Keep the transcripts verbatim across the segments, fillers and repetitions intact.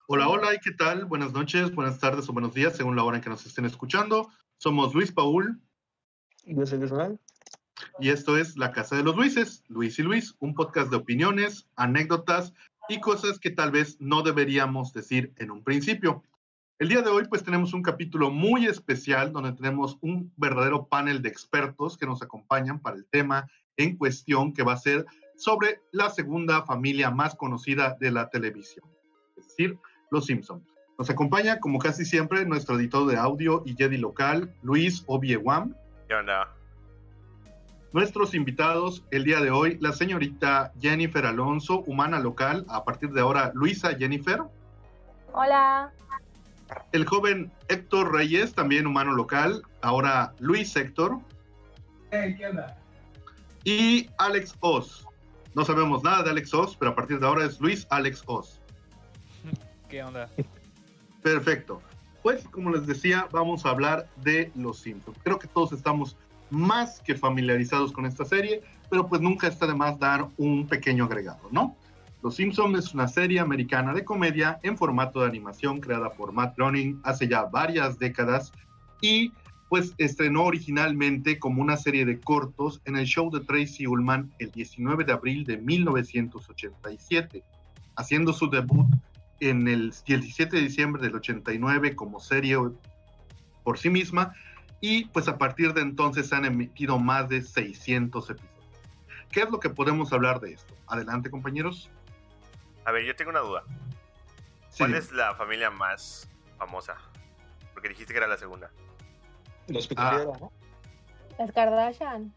Hola, hola, ¿y qué tal? Buenas noches, buenas tardes o buenos días, según la hora en que nos estén escuchando. Somos Luis Paul. Yo soy Luis Manuel. Y esto es La Casa de los Luises, Luis y Luis, un podcast de opiniones, anécdotas y cosas que tal vez no deberíamos decir en un principio. El día de hoy pues tenemos un capítulo muy especial donde tenemos un verdadero panel de expertos que nos acompañan para el tema en cuestión, que va a ser sobre la segunda familia más conocida de la televisión, es decir, Los Simpson. Nos acompaña, como casi siempre, nuestro editor de audio y Jedi local, Luis Obiewam. ¿Qué onda? Nuestros invitados el día de hoy, la señorita Jennifer Alonso, humana local, a partir de ahora Luisa Jennifer. Hola. El joven Héctor Reyes, también humano local, ahora Luis Héctor. Hey, ¿qué onda? Y Alex Oz. No sabemos nada de Alex Oz, pero a partir de ahora es Luis Alex Oz. ¿Qué onda? Perfecto. Pues, como les decía, vamos a hablar de Los Simpsons. Creo que todos estamos más que familiarizados con esta serie, pero pues nunca está de más dar un pequeño agregado, ¿no? Los Simpsons es una serie americana de comedia en formato de animación creada por Matt Groening hace ya varias décadas y pues estrenó originalmente como una serie de cortos en el show de Tracy Ullman el diecinueve de abril de mil novecientos ochenta y siete, haciendo su debut en el diecisiete de diciembre del ochenta y nueve como serie por sí misma, y pues a partir de entonces se han emitido más de seiscientos episodios. ¿Qué es lo que podemos hablar de esto? Adelante, compañeros. A ver, yo tengo una duda. Sí, ¿Cuál dime. es la familia más famosa? Porque dijiste que era la segunda. Los Ah. Picapiedra, ¿no? Las Kardashian.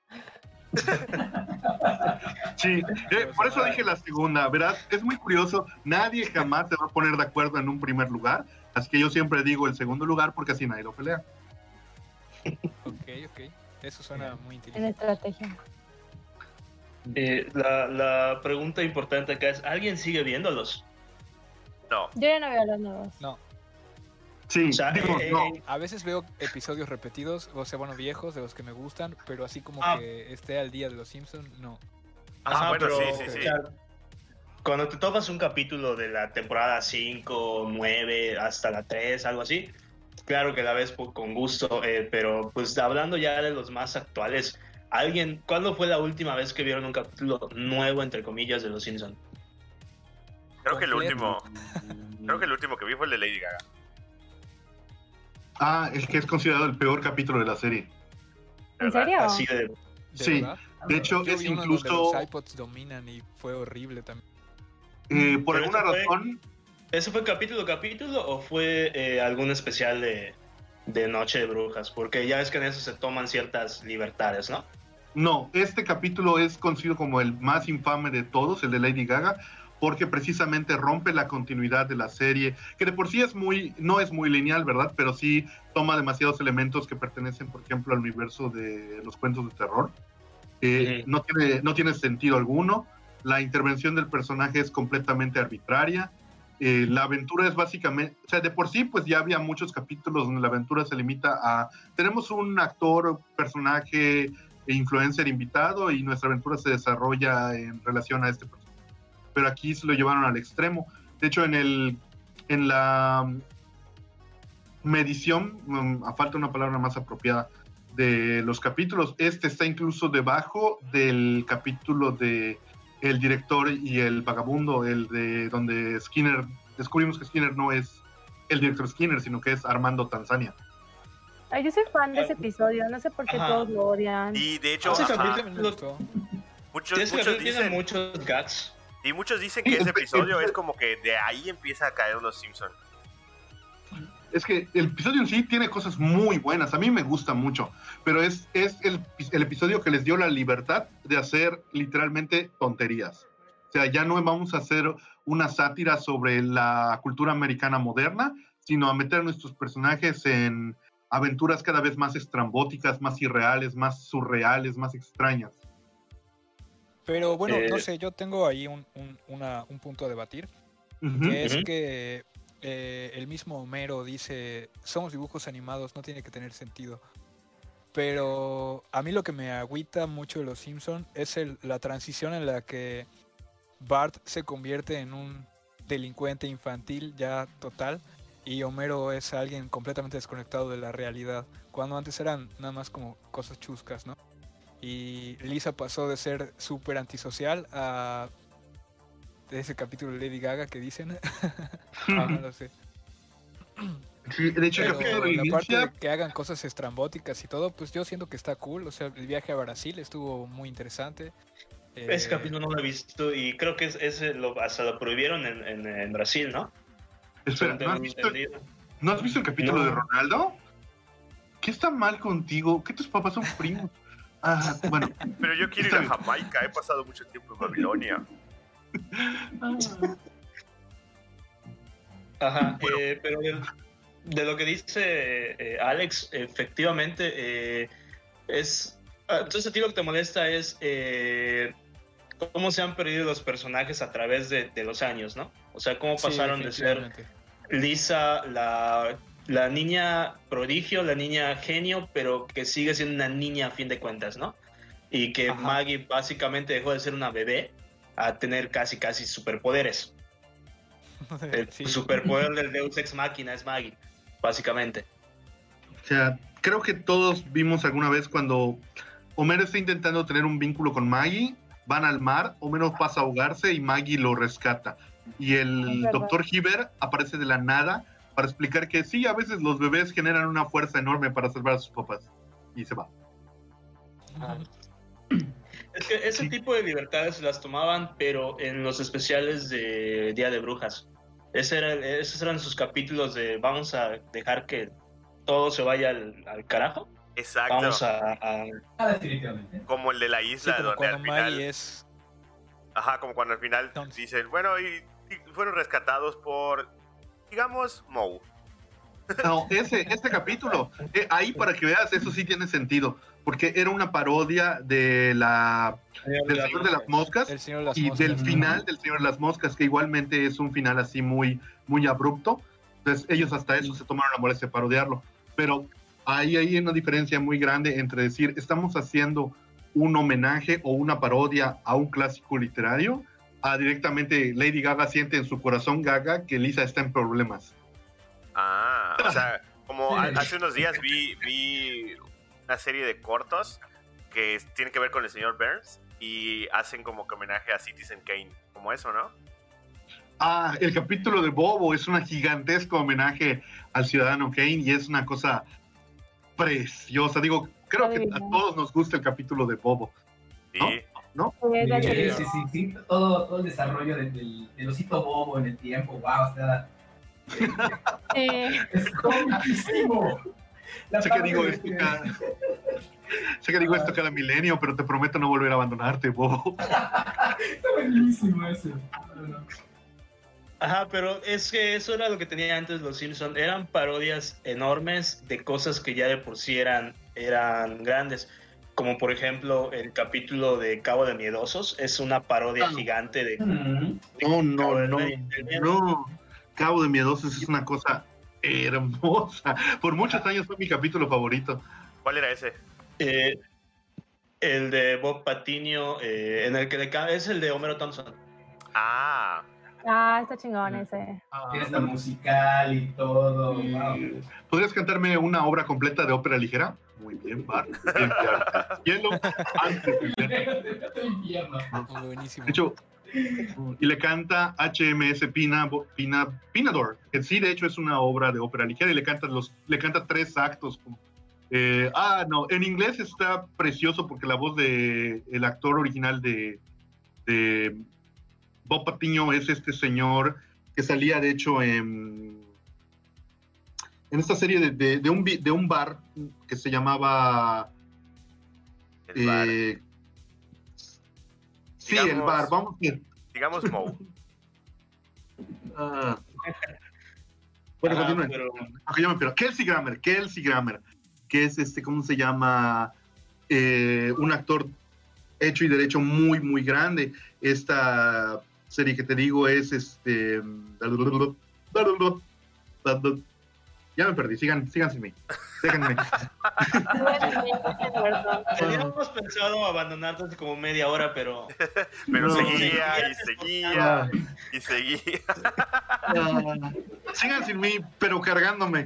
Sí, eh, por eso dije la segunda, ¿verdad? Es muy curioso, nadie jamás se va a poner de acuerdo en un primer lugar, así que yo siempre digo el segundo lugar porque así nadie lo pelea. Ok, ok. Eso suena muy En inteligente. estrategia. Eh, la, la pregunta importante acá es, ¿alguien sigue viéndolos? No. Yo ya no veo los nuevos. No, Sí, O sea, digo, eh, no, eh, a veces veo episodios repetidos, o sea, bueno, viejos, de los que me gustan, pero así como Ah. que esté al día de los Simpsons, no. Ah, bueno, pero, sí, sí, sí. o sea, cuando te tomas un capítulo de la temporada cinco, nueve, hasta la tres, algo así, claro que la ves por- con gusto, eh, pero pues hablando ya de los más actuales, ¿alguien, cuándo fue la última vez que vieron un capítulo nuevo, entre comillas, de Los Simpsons? Creo que el Completo. último. Creo que el último que vi fue el de Lady Gaga. ah, el que es considerado el peor capítulo de la serie. ¿En ¿Verdad? serio? Así de... ¿De Sí, verdad? de hecho Yo es vi uno incluso, donde los iPods dominan y fue horrible también. eh, por Pero alguna ese fue- razón, ¿Eso fue capítulo a capítulo o fue eh, algún especial de, de Noche de Brujas? Porque ya ves que en eso se toman ciertas libertades, ¿no? no, este capítulo es conocido como el más infame de todos, el de Lady Gaga, porque precisamente rompe la continuidad de la serie, que de por sí es muy, no es muy lineal, ¿verdad? Pero sí toma demasiados elementos que pertenecen, por ejemplo, al universo de los cuentos de terror. Eh, Ujú. no, tiene, no tiene sentido alguno, la intervención del personaje es completamente arbitraria, eh, la aventura es básicamente, o sea, de por sí pues ya había muchos capítulos donde la aventura se limita a, tenemos un actor, personaje e influencer invitado y nuestra aventura se desarrolla en relación a este personaje. Pero aquí se lo llevaron al extremo. De hecho, en el en la medición, um, a falta una palabra más apropiada, de los capítulos, este está incluso debajo del capítulo de El director y el vagabundo, el de donde Skinner, descubrimos que Skinner no es el director Skinner, sino que es Armando Tanzania. Ay, yo soy fan de ese episodio. No sé por qué Ajá. todos lo odian. Y de hecho, Ese ajá, capítulo- También me gustó. muchos, Ese muchos capítulo tiene dicen. muchos gags. Y muchos dicen que ese episodio es como que de ahí empieza a caer los Simpsons. Es que el episodio en sí tiene cosas muy buenas, a mí me gusta mucho, pero es, es el, el episodio que les dio la libertad de hacer literalmente tonterías. O sea, ya no vamos a hacer una sátira sobre la cultura americana moderna, sino a meter a nuestros personajes en aventuras cada vez más estrambóticas, más irreales, más surreales, más extrañas. Pero bueno, Eh, no sé, yo tengo ahí un, un, una- un punto a debatir, Ujú. que es Ujú. que eh, el mismo Homero dice, somos dibujos animados, no tiene que tener sentido. Pero a mí lo que me agüita mucho de los Simpsons es el- la transición en la que Bart se convierte en un delincuente infantil ya total, y Homero es alguien completamente desconectado de la realidad, cuando antes eran nada más como cosas chuscas, ¿no? Y Lisa pasó de ser súper antisocial a de ese capítulo de Lady Gaga que dicen. No lo sé. Sí, de hecho, el Pero capítulo la parte de inicia. que hagan cosas estrambóticas y todo, pues yo siento que está cool. O sea, el viaje a Brasil estuvo muy interesante. Ese Eh, capítulo no lo he visto y creo que es, ese lo, hasta lo prohibieron en, en, en Brasil, ¿no? Espera, ¿no has, Tengo visto, entendido. ¿no has visto el capítulo No. de Ronaldo? ¿Qué está mal contigo? ¿Que tus papás son primos? Ah, bueno. Pero yo quiero ir Está a bien. Jamaica, he pasado mucho tiempo en Babilonia. Ajá, eh, pero de, de lo que dice eh, Alex, efectivamente, eh, es... ah, Entonces a ti lo que te molesta es eh, cómo se han perdido los personajes a través de, de los años, ¿no? O sea, cómo sí, pasaron de ser definitivamente. Lisa, la, la niña prodigio, la niña genio, pero que sigue siendo una niña a fin de cuentas, ¿no? Y que Ajá. Maggie básicamente dejó de ser una bebé a tener casi, casi superpoderes. El Sí. superpoder del Deus Ex Machina es Maggie, básicamente. O sea, creo que todos vimos alguna vez cuando Homero está intentando tener un vínculo con Maggie, van al mar, Homero pasa a ahogarse y Maggie lo rescata. Y Es el verdad. doctor Hibbert aparece de la nada para explicar que sí, a veces los bebés generan una fuerza enorme para salvar a sus papás. Y se va. Es que ese Sí. tipo de libertades las tomaban, pero en los especiales de Día de Brujas. Ese era, esos eran sus capítulos de vamos a dejar que todo se vaya al, al carajo. Exacto. Vamos a, a- Ah, definitivamente. Como el de la Sí, isla, como donde cuando al final. Maggie es. Ajá, como cuando al final No. dicen, bueno, y, y fueron rescatados por, digamos, Moe. No, ese, este capítulo, eh, ahí para que veas, eso sí tiene sentido, porque era una parodia de la, del Señor de las Moscas El señor de las y moscas. del final del Señor de las Moscas, que igualmente es un final así muy, muy abrupto. Entonces ellos hasta eso se tomaron la molestia de parodiarlo. Pero ahí hay una diferencia muy grande entre decir, estamos haciendo un homenaje o una parodia a un clásico literario, a directamente Lady Gaga siente en su corazón Gaga que Lisa está en problemas. Ah, o sea, como a- hace unos días vi, vi una serie de cortos que es- tienen que ver con el señor Burns y hacen como que homenaje a Citizen Kane, como eso, ¿no? Ah, el capítulo de Bobo es un gigantesco homenaje al ciudadano Kane y es una cosa preciosa. Digo, creo que a todos nos gusta el capítulo de Bobo. Sí. ¿No? Sí, es Sí, galleguito. sí, sí, sí, todo, todo el desarrollo del, del, del osito bobo en el tiempo, wow, está... Sí. Es comiquísimo. La Sé que parte digo de esto cada, sé que digo esto cada milenio, pero te prometo no volver a abandonarte, Bobo. Está buenísimo eso. No, no. Ajá, pero es que eso era lo que tenía antes los Simpsons. Eran parodias enormes de cosas que ya de por sí eran, eran grandes. Como por ejemplo el capítulo de Cabo de Miedosos. Es una parodia Ah. gigante de... Mm. No, no, Cabo del no, Medio- del Miedo. no. Cabo de Miedosos es una cosa hermosa. Por muchos años fue mi capítulo favorito. ¿Cuál era ese? Eh, el de Bob Patiño, eh, en el que le ca- es el de Homero Thompson. Ah, Ah, está chingón ese. Tiene esta musical y todo. Sí. Wow. ¿Podrías cantarme una obra completa de ópera ligera? Muy bien, Bart. Bien, Bart. Hielo antes del invierno. El invierno. Muy buenísimo. De hecho, y le canta H M S Pina, Pina, Pinador, que sí, de hecho, es una obra de ópera ligera y le canta, los, le canta tres actos. Eh, ah, no, en inglés está precioso porque la voz de el actor original de, de Bob Patiño es este señor que salía, de hecho, en, en esta serie de, de, de, un, de un bar que se llamaba... el bar. Eh, sí, Digamos- el bar, vamos a... Digamos Moe. Ah. Bueno, Ajá, continúen. pero- Ok, yo me pierdo. Kelsey Grammer, Kelsey Grammer, que es este, ¿cómo se llama? Eh, un actor hecho y derecho muy, muy grande. Esta serie que te digo es este. Ya me perdí, sigan, sigan sin mí. Déjenme. Teníamos pensado abandonarte hace como media hora, pero... Pero No. seguía y seguía y seguía. Ah, sigan sin mí, pero cargándome.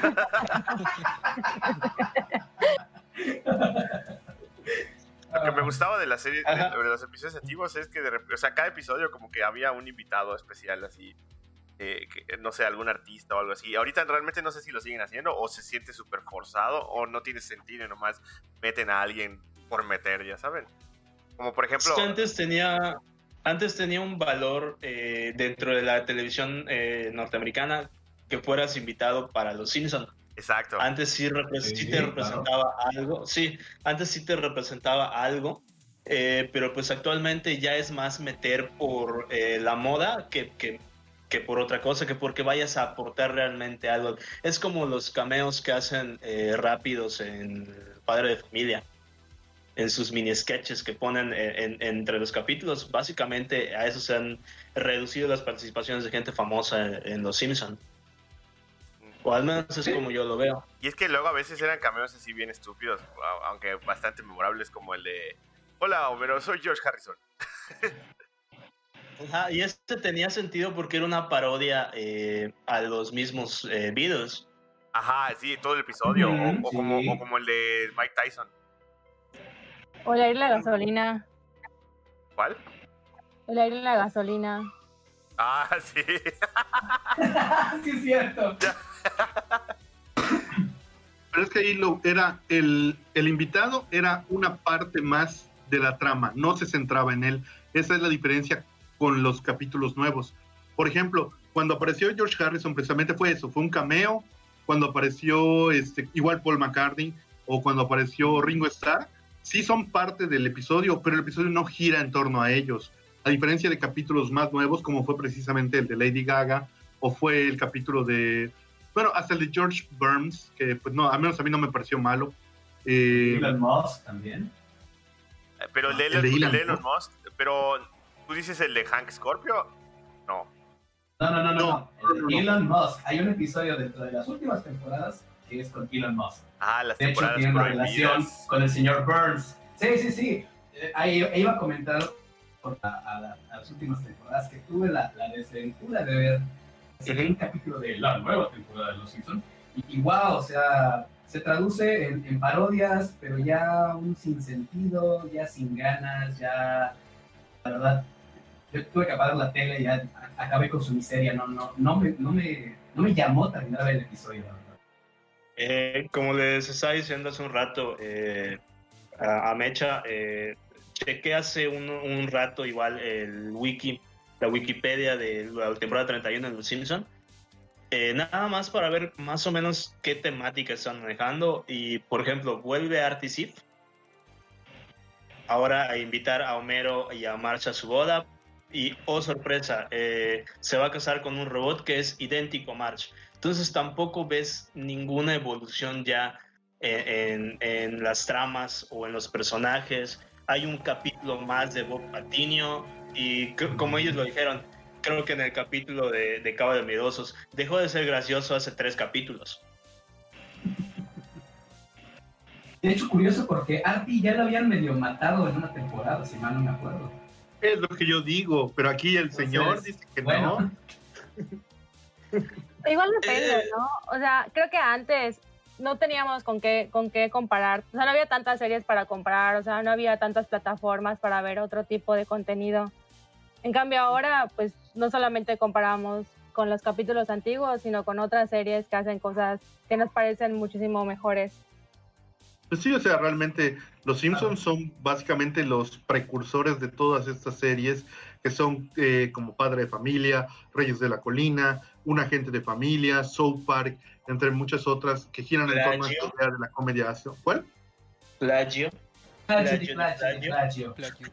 Lo que me gustaba de la serie, de, Ajá. de los episodios antiguos es que de repente, o sea, cada episodio como que había un invitado especial así, eh, que, no sé, algún artista o algo así. Ahorita realmente no sé si lo siguen haciendo o se siente súper forzado o no tiene sentido y nomás meten a alguien por meter, ya saben. Como por ejemplo... Es que antes tenía, antes tenía un valor eh, dentro de la televisión eh, norteamericana que fueras invitado para Los Simpsons. Exacto. Antes sí, repre- Sí, sí te representaba algo, sí, antes sí te representaba algo, eh, pero pues actualmente ya es más meter por eh, la moda que, que, que por otra cosa, que porque vayas a aportar realmente algo. Es como los cameos que hacen eh, rápidos en Padre de Familia, en sus mini sketches que ponen en, en, entre los capítulos. Básicamente a eso se han reducido las participaciones de gente famosa en, en Los Simpsons. O al menos es como yo lo veo. Y es que luego a veces eran cameos así bien estúpidos, a- aunque bastante memorables, como el de... Hola, Homero, soy George Harrison. Ajá, y este tenía sentido porque era una parodia eh, a los mismos eh, Beatles. Ajá, sí, todo el episodio. O, Ujú, o como, sí. o como el de Mike Tyson. O el aire en la gasolina. ¿Cuál? El aire en la gasolina. Ah, sí. Sí, es cierto. Pero es que ahí lo, era el, el invitado era una parte más de la trama, no se centraba en él. Esa es la diferencia con los capítulos nuevos. Por ejemplo, cuando apareció George Harrison, precisamente fue eso, fue un cameo. Cuando apareció este, igual Paul McCartney o cuando apareció Ringo Starr, sí son parte del episodio, pero el episodio no gira en torno a ellos. A diferencia de capítulos más nuevos, como fue precisamente el de Lady Gaga, o fue el capítulo de, bueno, hasta el de George Burns, que pues no, al menos a mí no me pareció malo. Eh, Elon Musk también. Pero el de El Elon, de Elon el de Elon Musk. Pero, ¿tú dices el de Hank Scorpio? No. No, no, no, no. No, no. El no, de no. Elon Musk. Hay un episodio dentro de las últimas temporadas que es con Elon Musk. Ah, las De hecho, temporadas tiene una relación prohibidas. con el señor Burns. Sí, sí, sí. Eh, ahí ahí iba a comentar por a, a la- a las últimas temporadas que tuve la, la desventura de ver Ujú. un capítulo de la nueva temporada de Los Simpsons. Y, y wow, o sea, se traduce en, en parodias, pero ya un sinsentido, ya sin ganas, ya, la verdad, yo tuve que apagar la tele y ya a- acabé con su miseria. No, no, no, me, no, me, no me llamó terminar el episodio, la verdad. Eh, como les estaba diciendo hace un rato eh, a, a Mecha, eh, chequé hace un, un rato igual el wiki, la Wikipedia de la temporada treinta y uno de Los Simpsons. Eh, nada más para ver más o menos qué temática están manejando. Y, por ejemplo, vuelve Artie Ziff ahora a invitar a Homero y a Marge a su boda. Y, oh sorpresa, eh, se va a casar con un robot que es idéntico a Marge. Entonces tampoco ves ninguna evolución ya en, en, en las tramas o en los personajes. Hay un capítulo más de Bob Patiño y c- como ellos lo dijeron, creo que en el capítulo de, de Cabo de Miedosos dejó de ser gracioso hace tres capítulos. De hecho, curioso porque Artie ya lo habían medio matado en una temporada, si mal no me acuerdo. es lo que yo digo, pero aquí el Entonces, señor dice que bueno, no. Igual depende, ¿no? O sea, creo que antes no teníamos con qué, con qué comparar. O sea, no había tantas series para comparar, o sea, no había tantas plataformas para ver otro tipo de contenido. En cambio ahora, pues, no solamente comparamos con los capítulos antiguos, sino con otras series que hacen cosas que nos parecen muchísimo mejores. Pues sí, o sea, realmente los Simpsons son básicamente los precursores de todas estas series que son eh, como Padre de Familia, Reyes de la Colina, Un Agente de Familia, South Park, entre muchas otras que giran en torno a esta idea de la comedia. ¿Cuál? Plagio. plagio, Plagio, plagio, plagio. Plagio.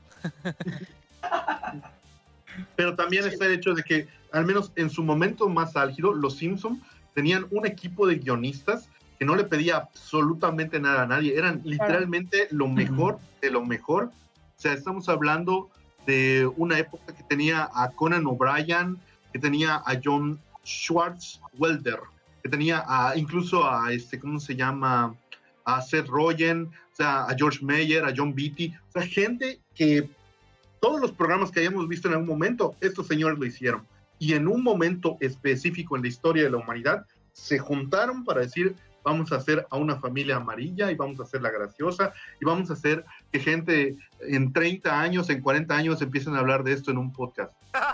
Pero también está el hecho de que, al menos en su momento más álgido, los Simpsons tenían un equipo de guionistas que no le pedía absolutamente nada a nadie. Eran literalmente lo mejor de lo mejor. O sea, estamos hablando de una época que tenía a Conan O'Brien, que tenía a John Swartzwelder, que tenía a, incluso a, este, ¿cómo se llama? A Seth Rogen, o sea, a George Meyer, a John Beatty, o sea, gente que todos los programas que hayamos visto en algún momento, estos señores lo hicieron. Y en un momento específico en la historia de la humanidad, se juntaron para decir, vamos a hacer a una familia amarilla y vamos a hacerla graciosa y vamos a hacer que gente en treinta años, en cuarenta años empiecen a hablar de esto en un podcast.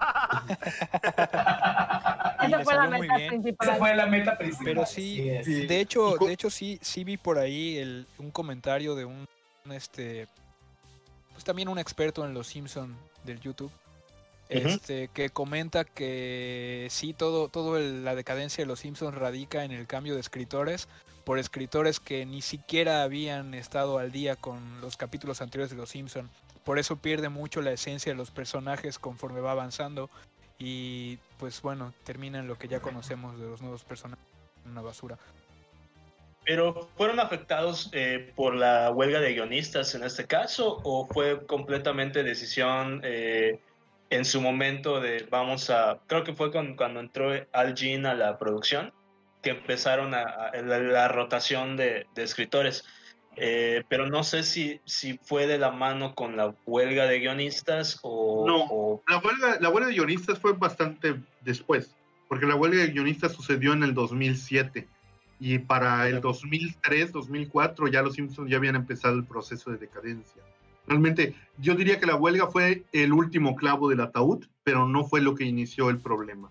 Esa fue la meta principal. Esa fue la meta principal. Pero sí, Sí. de hecho, de hecho sí, sí vi por ahí el, un comentario de un, un, este, pues también un experto en los Simpson del YouTube, este, uh-huh. que comenta que sí, todo, todo el, la decadencia de los Simpsons radica en el cambio de escritores, por escritores que ni siquiera habían estado al día con los capítulos anteriores de los Simpsons. Por eso pierde mucho la esencia de los personajes conforme va avanzando y pues bueno, termina en lo que ya conocemos de los nuevos personajes, una basura. ¿Pero fueron afectados eh, por la huelga de guionistas en este caso o fue completamente decisión eh, en su momento de vamos a, creo que fue con, cuando entró Al Jean a la producción, que empezaron a, a la, la rotación de, de escritores? Eh, pero no sé si, si fue de la mano con la huelga de guionistas o... No, o... La, huelga, la huelga de guionistas fue bastante después, porque la huelga de guionistas sucedió en el dos mil siete y para el dos mil tres, dos mil cuatro ya los Simpsons ya habían empezado el proceso de decadencia. Realmente yo diría que la huelga fue el último clavo del ataúd, pero no fue lo que inició el problema.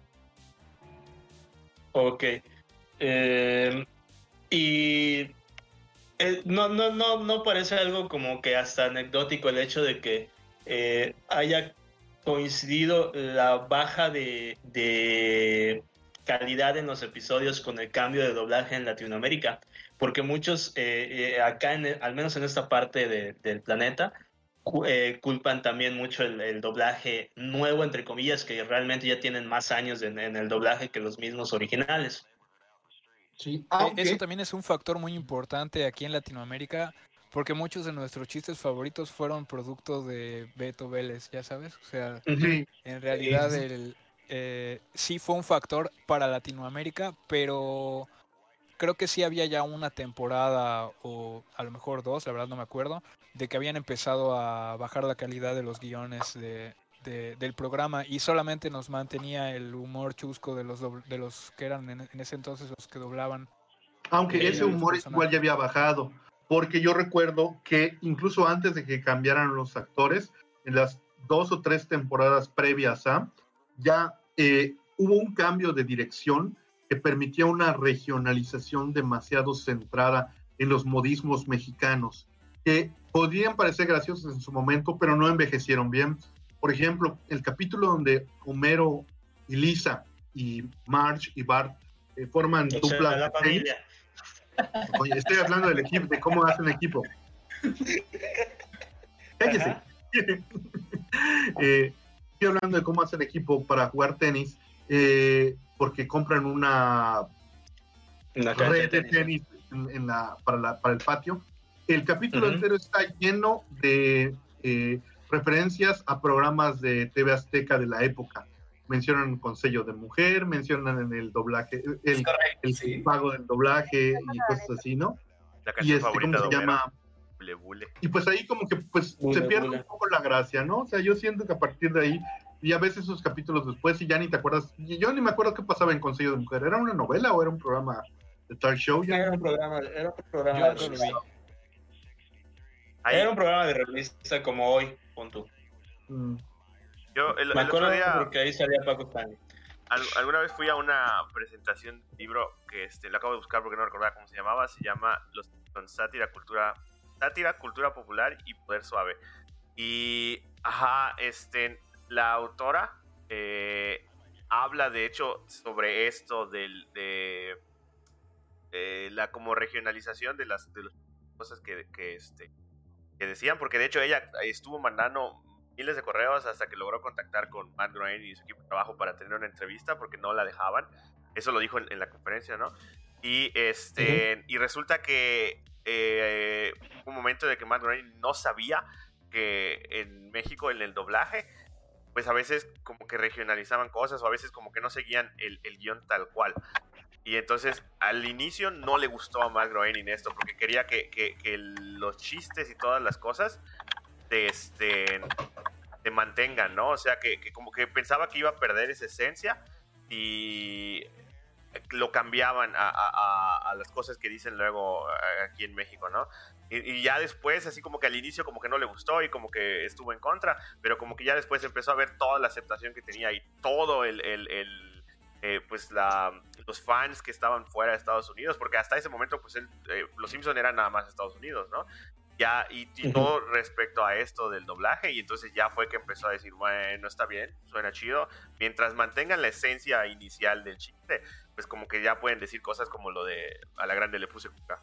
Ok. Eh, y... Eh, no, no, no, no parece algo como que hasta anecdótico el hecho de que eh, haya coincidido la baja de, de calidad en los episodios con el cambio de doblaje en Latinoamérica, porque muchos eh, eh, acá, en el, al menos en esta parte de, del planeta, cu- eh, culpan también mucho el, el doblaje nuevo, entre comillas, que realmente ya tienen más años en, en el doblaje que los mismos originales. Sí, aunque... Eso también es un factor muy importante aquí en Latinoamérica, porque muchos de nuestros chistes favoritos fueron producto de Beto Vélez, ya sabes, o sea, sí. en realidad el, eh, sí fue un factor para Latinoamérica, pero creo que sí había ya una temporada o a lo mejor dos, la verdad no me acuerdo, de que habían empezado a bajar la calidad de los guiones de... De, del programa y solamente nos mantenía el humor chusco de los do, de los que eran en, en ese entonces los que doblaban. Aunque eh, ese humor igual ya había bajado, porque yo recuerdo que incluso antes de que cambiaran los actores, en las dos o tres temporadas previas a, ya eh, hubo un cambio de dirección que permitía una regionalización demasiado centrada en los modismos mexicanos, que podrían parecer graciosos en su momento, pero no envejecieron bien. Por ejemplo, el capítulo donde Homero y Lisa y Marge y Bart eh, forman o dupla sea, la familia. Oye, estoy hablando del equipo, de cómo hacen equipo. Cállese. eh, estoy hablando de cómo hacen equipo para jugar tenis, eh, porque compran una, una red de tenis, tenis en, en la, para, la, para el patio. El capítulo uh-huh. entero está lleno de... Eh, referencias a programas de T V Azteca de la época. Mencionan Consejo de Mujer, mencionan en el doblaje, el, correcto, el sí. pago del doblaje y cosas así, ¿no? La canción y este, favorita ¿cómo se de llama? Bule, bule. Y pues ahí como que pues bule, se pierde bule. un poco la gracia, ¿no? O sea, yo siento que a partir de ahí, y a veces esos capítulos después, y ya ni te acuerdas, yo ni me acuerdo qué pasaba en Consejo de Mujer. ¿Era una novela o era un programa de talk show? Ya era un programa, era un programa yo de revista. Ahí. Era un programa de revista como hoy, pon tú. Mm. Yo el, Me el acuerdo otro día, porque ahí salía Paco Stanley. Al, alguna vez fui a una presentación de libro que este, lo acabo de buscar porque no recordaba cómo se llamaba. Se llama Los con sátira, cultura, sátira, cultura popular y poder suave. Y, ajá, este, la autora eh, habla de hecho sobre esto del, de, de la como regionalización de las, de las cosas que, que, este, que decían, porque de hecho ella estuvo mandando miles de correos hasta que logró contactar con Matt Groening y su equipo de trabajo para tener una entrevista porque no la dejaban. Eso lo dijo en, en la conferencia, ¿no? Y este uh-huh. y resulta que eh, hubo un momento de que Matt Groening no sabía que en México en el doblaje pues a veces como que regionalizaban cosas o a veces como que no seguían el, el guión tal cual. Y entonces al inicio no le gustó a Matt Groening esto, porque quería que, que, que los chistes y todas las cosas te, este, te mantengan, ¿no? O sea, que, que como que pensaba que iba a perder esa esencia y lo cambiaban a, a, a las cosas que dicen luego aquí en México, ¿no? Y, y ya después, así como que al inicio como que no le gustó y como que estuvo en contra, pero como que ya después empezó a ver toda la aceptación que tenía y todo el... el, el Eh, pues la, los fans que estaban fuera de Estados Unidos, porque hasta ese momento pues él, eh, los Simpson eran nada más Estados Unidos, ¿no? Ya, y, y todo respecto a esto del doblaje, y entonces ya fue que empezó a decir, bueno, está bien, suena chido, mientras mantengan la esencia inicial del chiste, pues como que ya pueden decir cosas como lo de a la grande le puse cuca.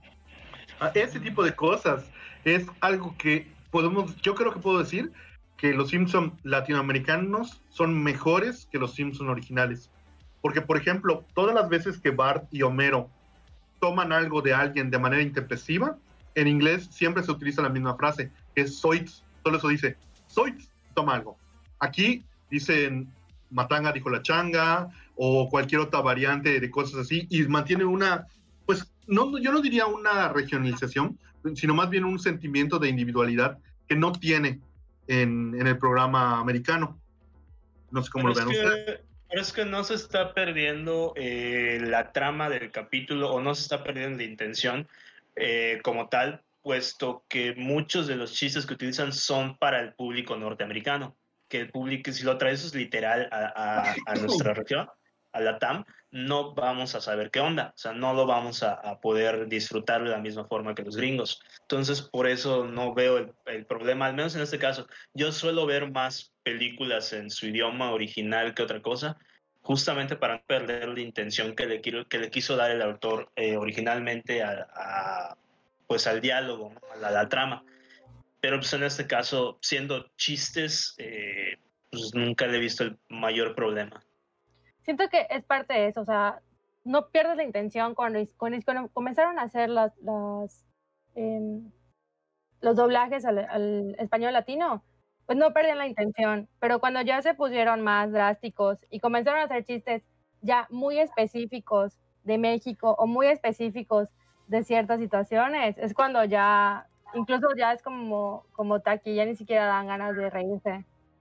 Ese tipo de cosas es algo que podemos, yo creo que puedo decir que los Simpson latinoamericanos son mejores que los Simpson originales. Porque, por ejemplo, todas las veces que Bart y Homero toman algo de alguien de manera intempestiva, en inglés siempre se utiliza la misma frase, que es Zoids. Solo eso dice, Zoids, toma algo. Aquí dicen, Matanga dijo la changa, o cualquier otra variante de cosas así, y mantiene una, pues, no, yo no diría una regionalización, sino más bien un sentimiento de individualidad que no tiene en, en el programa americano. No sé cómo Pero lo vean que... ustedes. Pero es que no se está perdiendo eh, la trama del capítulo o no se está perdiendo la intención eh, como tal, puesto que muchos de los chistes que utilizan son para el público norteamericano, que el público, si lo traes literal a, a, a nuestra región, a la T A M, no vamos a saber qué onda, o sea, no lo vamos a, a poder disfrutar de la misma forma que los gringos. Entonces, por eso no veo el, el problema, al menos en este caso. Yo suelo ver más películas en su idioma original que otra cosa, justamente para no perder la intención que le, quiero, que le quiso dar el autor eh, originalmente a, a, pues al diálogo, ¿no? a, la, a la trama. Pero pues en este caso, siendo chistes, eh, pues nunca le he visto el mayor problema. Siento que es parte de eso, o sea, no pierdes la intención cuando, cuando, cuando comenzaron a hacer las, las, eh, los doblajes al, al español latino, pues no perdían la intención, pero cuando ya se pusieron más drásticos y comenzaron a hacer chistes ya muy específicos de México o muy específicos de ciertas situaciones, es cuando ya, incluso ya es como, como taqui, ya ni siquiera dan ganas de reírse.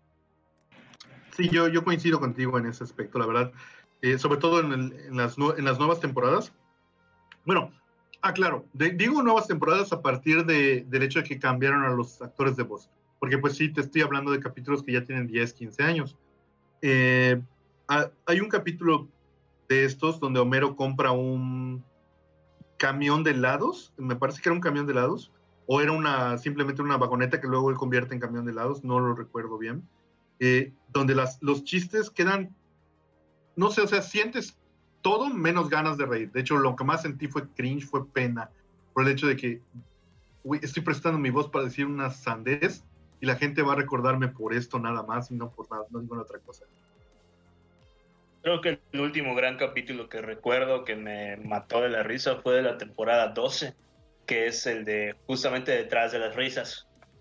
Sí, yo, yo coincido contigo en ese aspecto, la verdad. Eh, sobre todo en, el, en, las, en las nuevas temporadas. Bueno, ah, claro, de, digo nuevas temporadas a partir de, del hecho de que cambiaron a los actores de voz. Porque pues sí, te estoy hablando de capítulos que ya tienen diez, quince años. Eh, ah, hay un capítulo de estos donde Homero compra un camión de helados. Me parece que era un camión de helados. O era una simplemente una vagoneta que luego él convierte en camión de helados. No lo recuerdo bien. Eh, donde las, los chistes quedan, no sé, o sea, sientes todo menos ganas de reír. De hecho, lo que más sentí fue cringe, fue pena, por el hecho de que uy, estoy prestando mi voz para decir una sandez y la gente va a recordarme por esto nada más y no por nada, no ninguna otra cosa. Creo que el último gran capítulo que recuerdo que me mató de la risa fue de la temporada doce, que es el de justamente Detrás de las Risas.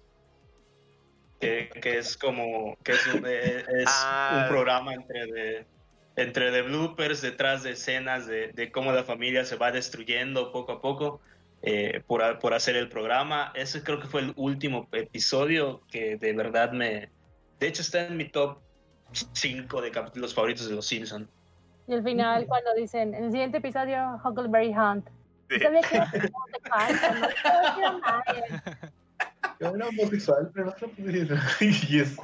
Que, que es como que es, un, es ah. un programa entre de, entre de bloopers detrás de escenas de, de cómo la familia se va destruyendo poco a poco eh, por, por hacer el programa. Ese creo que fue el último episodio que de verdad me... De hecho está en mi top cinco de capítulos favoritos de Los Simpson. Y al final cuando dicen, en el siguiente episodio, Huckleberry Hunt. Sí. Sabía que era homosexual, no nadie. Yo era homosexual, pero no se yes.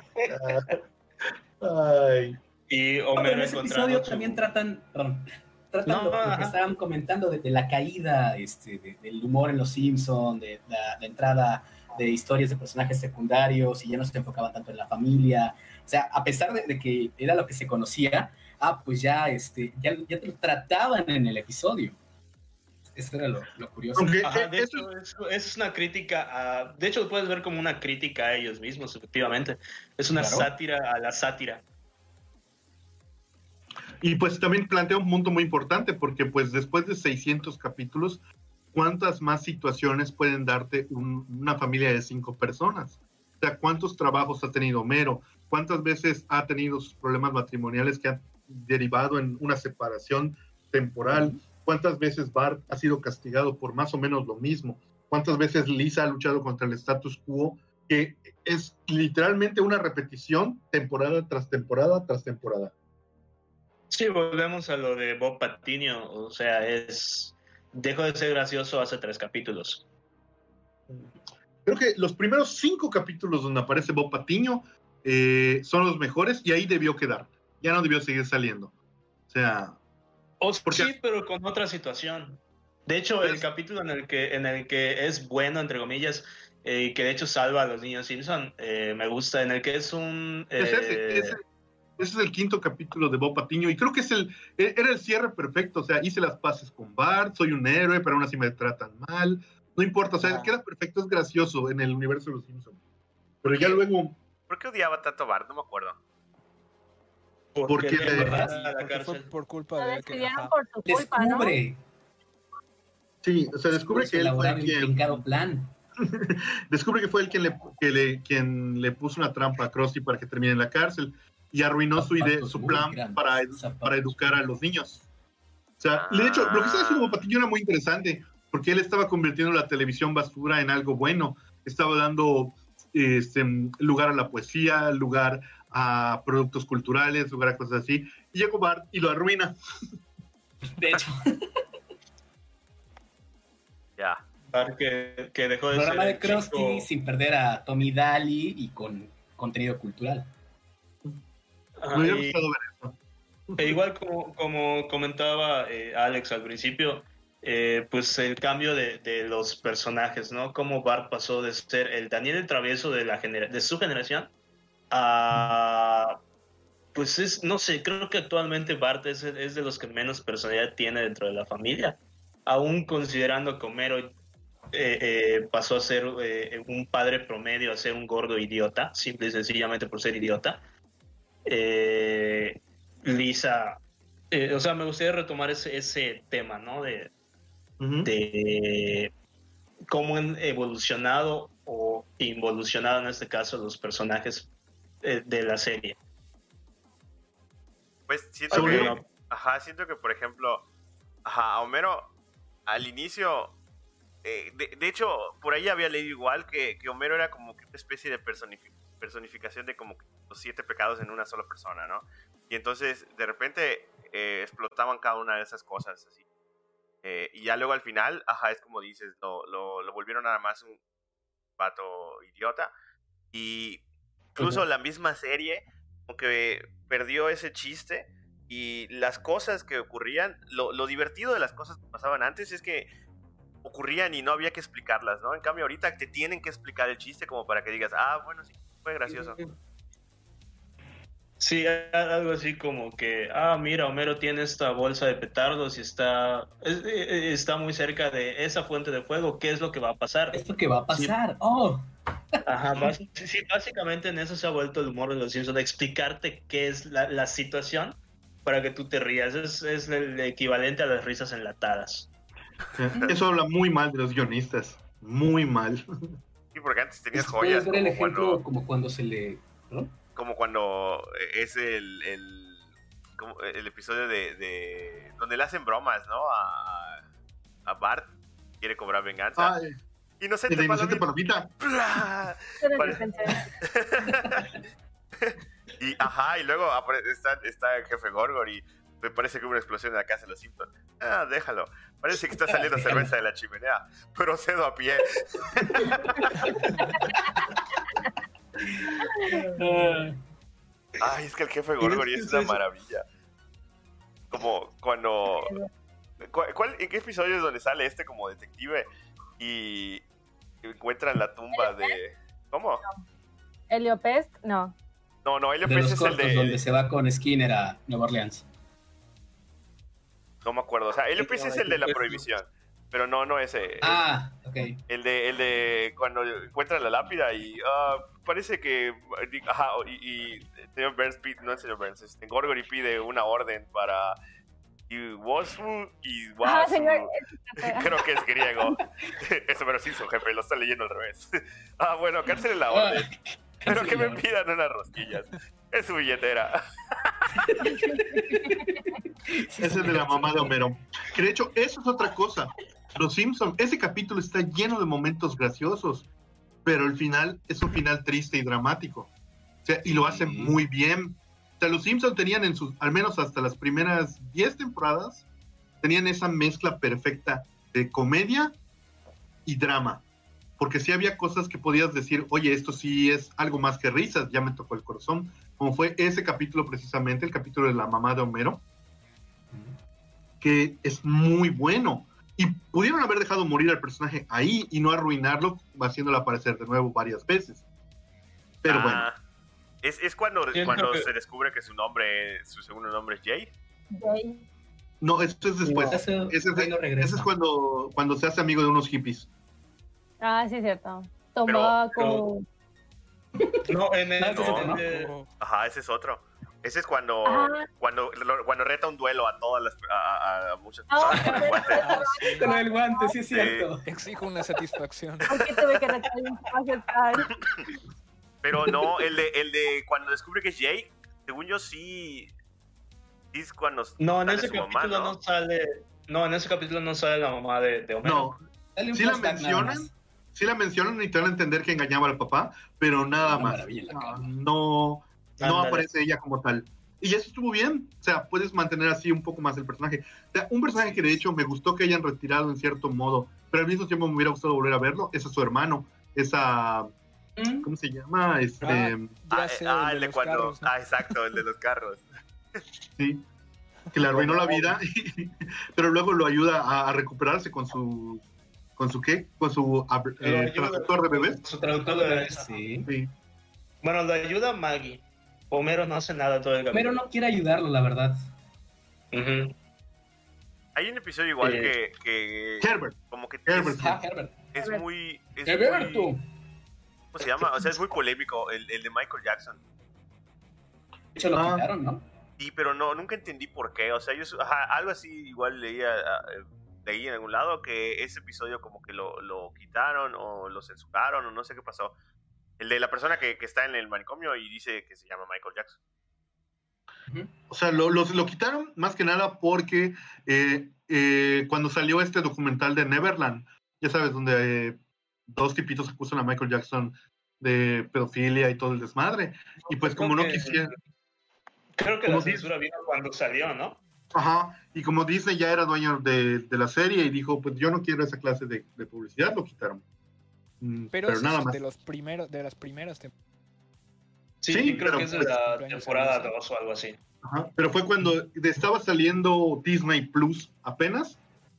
Ay. Y Homero no, en ese episodio su... también tratan, perdón, tratan no, lo, lo que estaban comentando de, de la caída este, de, del humor en Los Simpsons, de la, la entrada de historias de personajes secundarios y ya no se enfocaban tanto en la familia. O sea, a pesar de, de que era lo que se conocía, ah, pues ya, este, ya, ya te lo trataban en el episodio. Eso era lo, lo curioso. Aunque, Ajá, de eso... hecho, es, es una crítica a... De hecho, lo puedes ver como una crítica a ellos mismos, efectivamente. Es una claro. sátira a la sátira. Y pues también plantea un punto muy importante, porque pues después de seiscientos capítulos, ¿cuántas más situaciones pueden darte un, una familia de cinco personas? O sea, ¿cuántos trabajos ha tenido Homero? ¿Cuántas veces ha tenido sus problemas matrimoniales que han derivado en una separación temporal, cuántas veces Bart ha sido castigado por más o menos lo mismo, cuántas veces Lisa ha luchado contra el status quo, que es literalmente una repetición temporada tras temporada tras temporada. Sí, volvemos a lo de Bob Patiño, o sea, es dejó de ser gracioso hace tres capítulos. Creo que los primeros cinco capítulos donde aparece Bob Patiño eh, son los mejores y ahí debió quedar, ya no debió seguir saliendo. O sea... O, porque... Sí, pero con otra situación. De hecho, el capítulo en el que, en el que es bueno, entre comillas, y eh, que de hecho salva a los niños Simpson, eh, me gusta, en el que es un... Eh... Es ese, ese, ese es el quinto capítulo de Bob Patiño, y creo que es el, era el cierre perfecto, o sea, hice las paces con Bart, soy un héroe, pero aún así me tratan mal, no importa, o sea, ah. queda perfecto, es gracioso en el universo de los Simpsons. Pero ya luego... ¿Por qué odiaba tanto a Bart? No me acuerdo. Porque, porque, le, porque fue por culpa de que... Por tu culpa, descubre. ¿no? Sí, o sea, descubre que él fue el quien... plan. descubre que fue él quien le, que le, quien le puso una trampa a Krusty para que termine en la cárcel y arruinó su, idea, su plan para, para educar a los niños. O sea, de hecho, lo que estaba haciendo Bob Patiño era muy interesante, porque él estaba convirtiendo la televisión basura en algo bueno. Estaba dando este, lugar a la poesía, lugar a productos culturales, lugar a cosas así. Y llegó Bart y lo arruina. De hecho. Ya. Que, que dejó de el programa ser de Krusty chico... sin perder a Tommy Daly y con contenido cultural. Ajá, Me hubiera y, gustado ver eso. E igual como, como comentaba eh, Alex al principio, eh, pues el cambio de, de los personajes, ¿no? Cómo Bart pasó de ser el Daniel el travieso de, la genera de su generación a... Pues es, no sé, creo que actualmente Bart es, es de los que menos personalidad tiene dentro de la familia. Aún considerando que Homero eh, eh, pasó a ser eh, un padre promedio, a ser un gordo idiota, simple y sencillamente por ser idiota. Eh, Lisa, eh, o sea, me gustaría retomar ese, ese tema, ¿no? De, uh-huh. de cómo han evolucionado o involucionado en este caso los personajes eh, de la serie. Pues siento que, no. ajá, siento que, por ejemplo, ajá, a Homero al inicio, eh, de, de hecho, por ahí había leído igual que, que Homero era como que una especie de personific personificación de como los siete pecados en una sola persona, ¿no? Y entonces, de repente, eh, explotaban cada una de esas cosas, así. Eh, y ya luego al final, ajá, es como dices, lo, lo, lo volvieron nada más un vato idiota. Y incluso uh-huh. la misma serie, como que perdió ese chiste. Y las cosas que ocurrían, lo, lo divertido de las cosas que pasaban antes es que ocurrían y no había que explicarlas, ¿no? En cambio, ahorita te tienen que explicar el chiste como para que digas, ah, bueno, sí, fue gracioso. Sí, algo así como que, ah, mira, Homero tiene esta bolsa de petardos y está, está muy cerca de esa fuente de fuego, ¿qué es lo que va a pasar? ¿Esto que va a pasar? Sí. ¡Oh! Ajá, sí, básicamente en eso se ha vuelto el humor de los Simpsons, de explicarte qué es la, la situación para que tú te rías. Es, es el equivalente a las risas enlatadas. Eso habla muy mal de los guionistas. Muy mal. Sí, porque antes tenías pues joyas. Como, el ejemplo, cuando, como cuando se le... ¿no? Como cuando es el... el, como el episodio de, de... donde le hacen bromas, ¿no? A, a Bart. Quiere cobrar venganza. Ay, Inocente, el inocente palomita. Y ajá, y luego está, está el jefe Gorgor y me parece que hubo una explosión en la casa de los Simpsons. Ah, déjalo. Parece que está saliendo cerveza de la chimenea. Procedo a pie. Ay, es que el jefe Gorgor y es una maravilla. Como cuando... ¿Cuál, ¿En qué episodio es donde sale este como detective y encuentran la tumba de... ¿Cómo? Heliopest, no. No, no, Heliopest es el de... donde se va con Skinner a Nueva Orleans. No me acuerdo, o sea, Heliopest es el de la prohibición, pero no, no ese. Ah, ok. El de, el de cuando encuentran la lápida y uh, parece que, ajá, y, y el señor Burns pide, no el señor Burns, este, Gorgory pide una orden para Iwasu y Wasu, ah, creo que es griego. Eso, pero sí, su jefe, lo está leyendo al revés. Ah, bueno, cárcel la orden. Pero que me pidan unas rosquillas. Es su billetera. Ese es de la mamá de Homero. Que de hecho, eso es otra cosa. Los Simpsons, ese capítulo está lleno de momentos graciosos, pero el final es un final triste y dramático. O sea, y lo hacen Sí. muy bien. O sea, los Simpsons tenían en sus, al menos hasta las primeras diez temporadas, tenían esa mezcla perfecta de comedia y drama. Porque sí había cosas que podías decir, oye, esto sí es algo más que risas, ya me tocó el corazón. Como fue ese capítulo precisamente, el capítulo de la mamá de Homero, que es muy bueno. Y pudieron haber dejado morir al personaje ahí y no arruinarlo haciéndolo aparecer de nuevo varias veces. Pero Ah, bueno. Es, es cuando, Siento cuando que- se descubre que su nombre, su segundo nombre es Jay. Jay. No, esto es después. Eso, Ese es, ahí no regresa. ese es cuando, cuando se hace amigo de unos hippies. Ah, sí, es cierto. Pero- Tomaco. No, en el, No, ese es otro, ¿no? eh, Oh, Ajá, ese es otro. Ese es cuando, Ah. cuando, cuando reta un duelo a todas las, a, a- a muchas Ah, personas con el guante. ah, sí. Con el guante, sí es cierto. Exijo una satisfacción. Porque tuve que retar un aceptar. Pero no, el de, el de cuando descubre que es Jay, según yo sí, sí es cuando no, en sale ese su mamá, capítulo ¿no? no sale. No, en ese capítulo no sale la mamá de, de Homero. No, Dale un sí la flashback nada mencionan, más. sí la mencionan y te van a entender que engañaba al papá, pero nada Una más. maravilla en la cama. No, no Ándale. aparece ella como tal. Y eso estuvo bien. O sea, puedes mantener así un poco más el personaje. O sea, un personaje que de hecho me gustó que hayan retirado en cierto modo, pero al mismo tiempo me hubiera gustado volver a verlo, ese es su hermano. Esa, ¿Mm? ¿cómo se llama? Este, Ah. Ah, Ya eh, sé, ah, el el de de los cuando. carros, ¿no? Ah, exacto, el de los carros. sí, que le arruinó la vida, pero luego lo ayuda a, a recuperarse con su, ¿con su qué? Con su ab- Lo eh, ayuda- traductor de bebés. Su traductor de bebés. Sí. Sí. Bueno, lo ayuda Maggie. Homero no hace nada todo el Pero capítulo. no quiere ayudarlo, la verdad. Ujú. Hay un episodio igual Eh. que, que. Herbert. Como que Herbert. es, Ah, Herbert. es Herbert. muy. Es Herbert, muy- ¿Cómo se llama? O sea, es muy polémico. El, el de Michael Jackson. De hecho, lo Ah. quitaron, ¿no? Sí, pero no, nunca entendí por qué. O sea, yo ajá, algo así igual leía, ah, eh, leí en algún lado que ese episodio como que lo, lo quitaron o lo censuraron o no sé qué pasó. El de la persona que, que está en el manicomio y dice que se llama Michael Jackson. O sea, lo, lo, lo quitaron más que nada porque eh, eh, cuando salió este documental de Neverland, ya sabes, donde eh, dos tipitos acusan a Michael Jackson de pedofilia y todo el desmadre. Y pues como no Creo que- quisieron, Creo que Como la si- censura vino cuando salió, ¿no? ajá, y como Disney ya era dueño de, de la serie y dijo, pues yo no quiero esa clase de, de publicidad, lo quitaron. Mm, Pero, Pero, ese nada es más. de los primeros, de las primeras temporadas. Sí, Sí, creo pero que es de pues- la Cumpleaños temporada feliz. dos o algo así. Ajá, pero fue cuando estaba saliendo Disney Plus apenas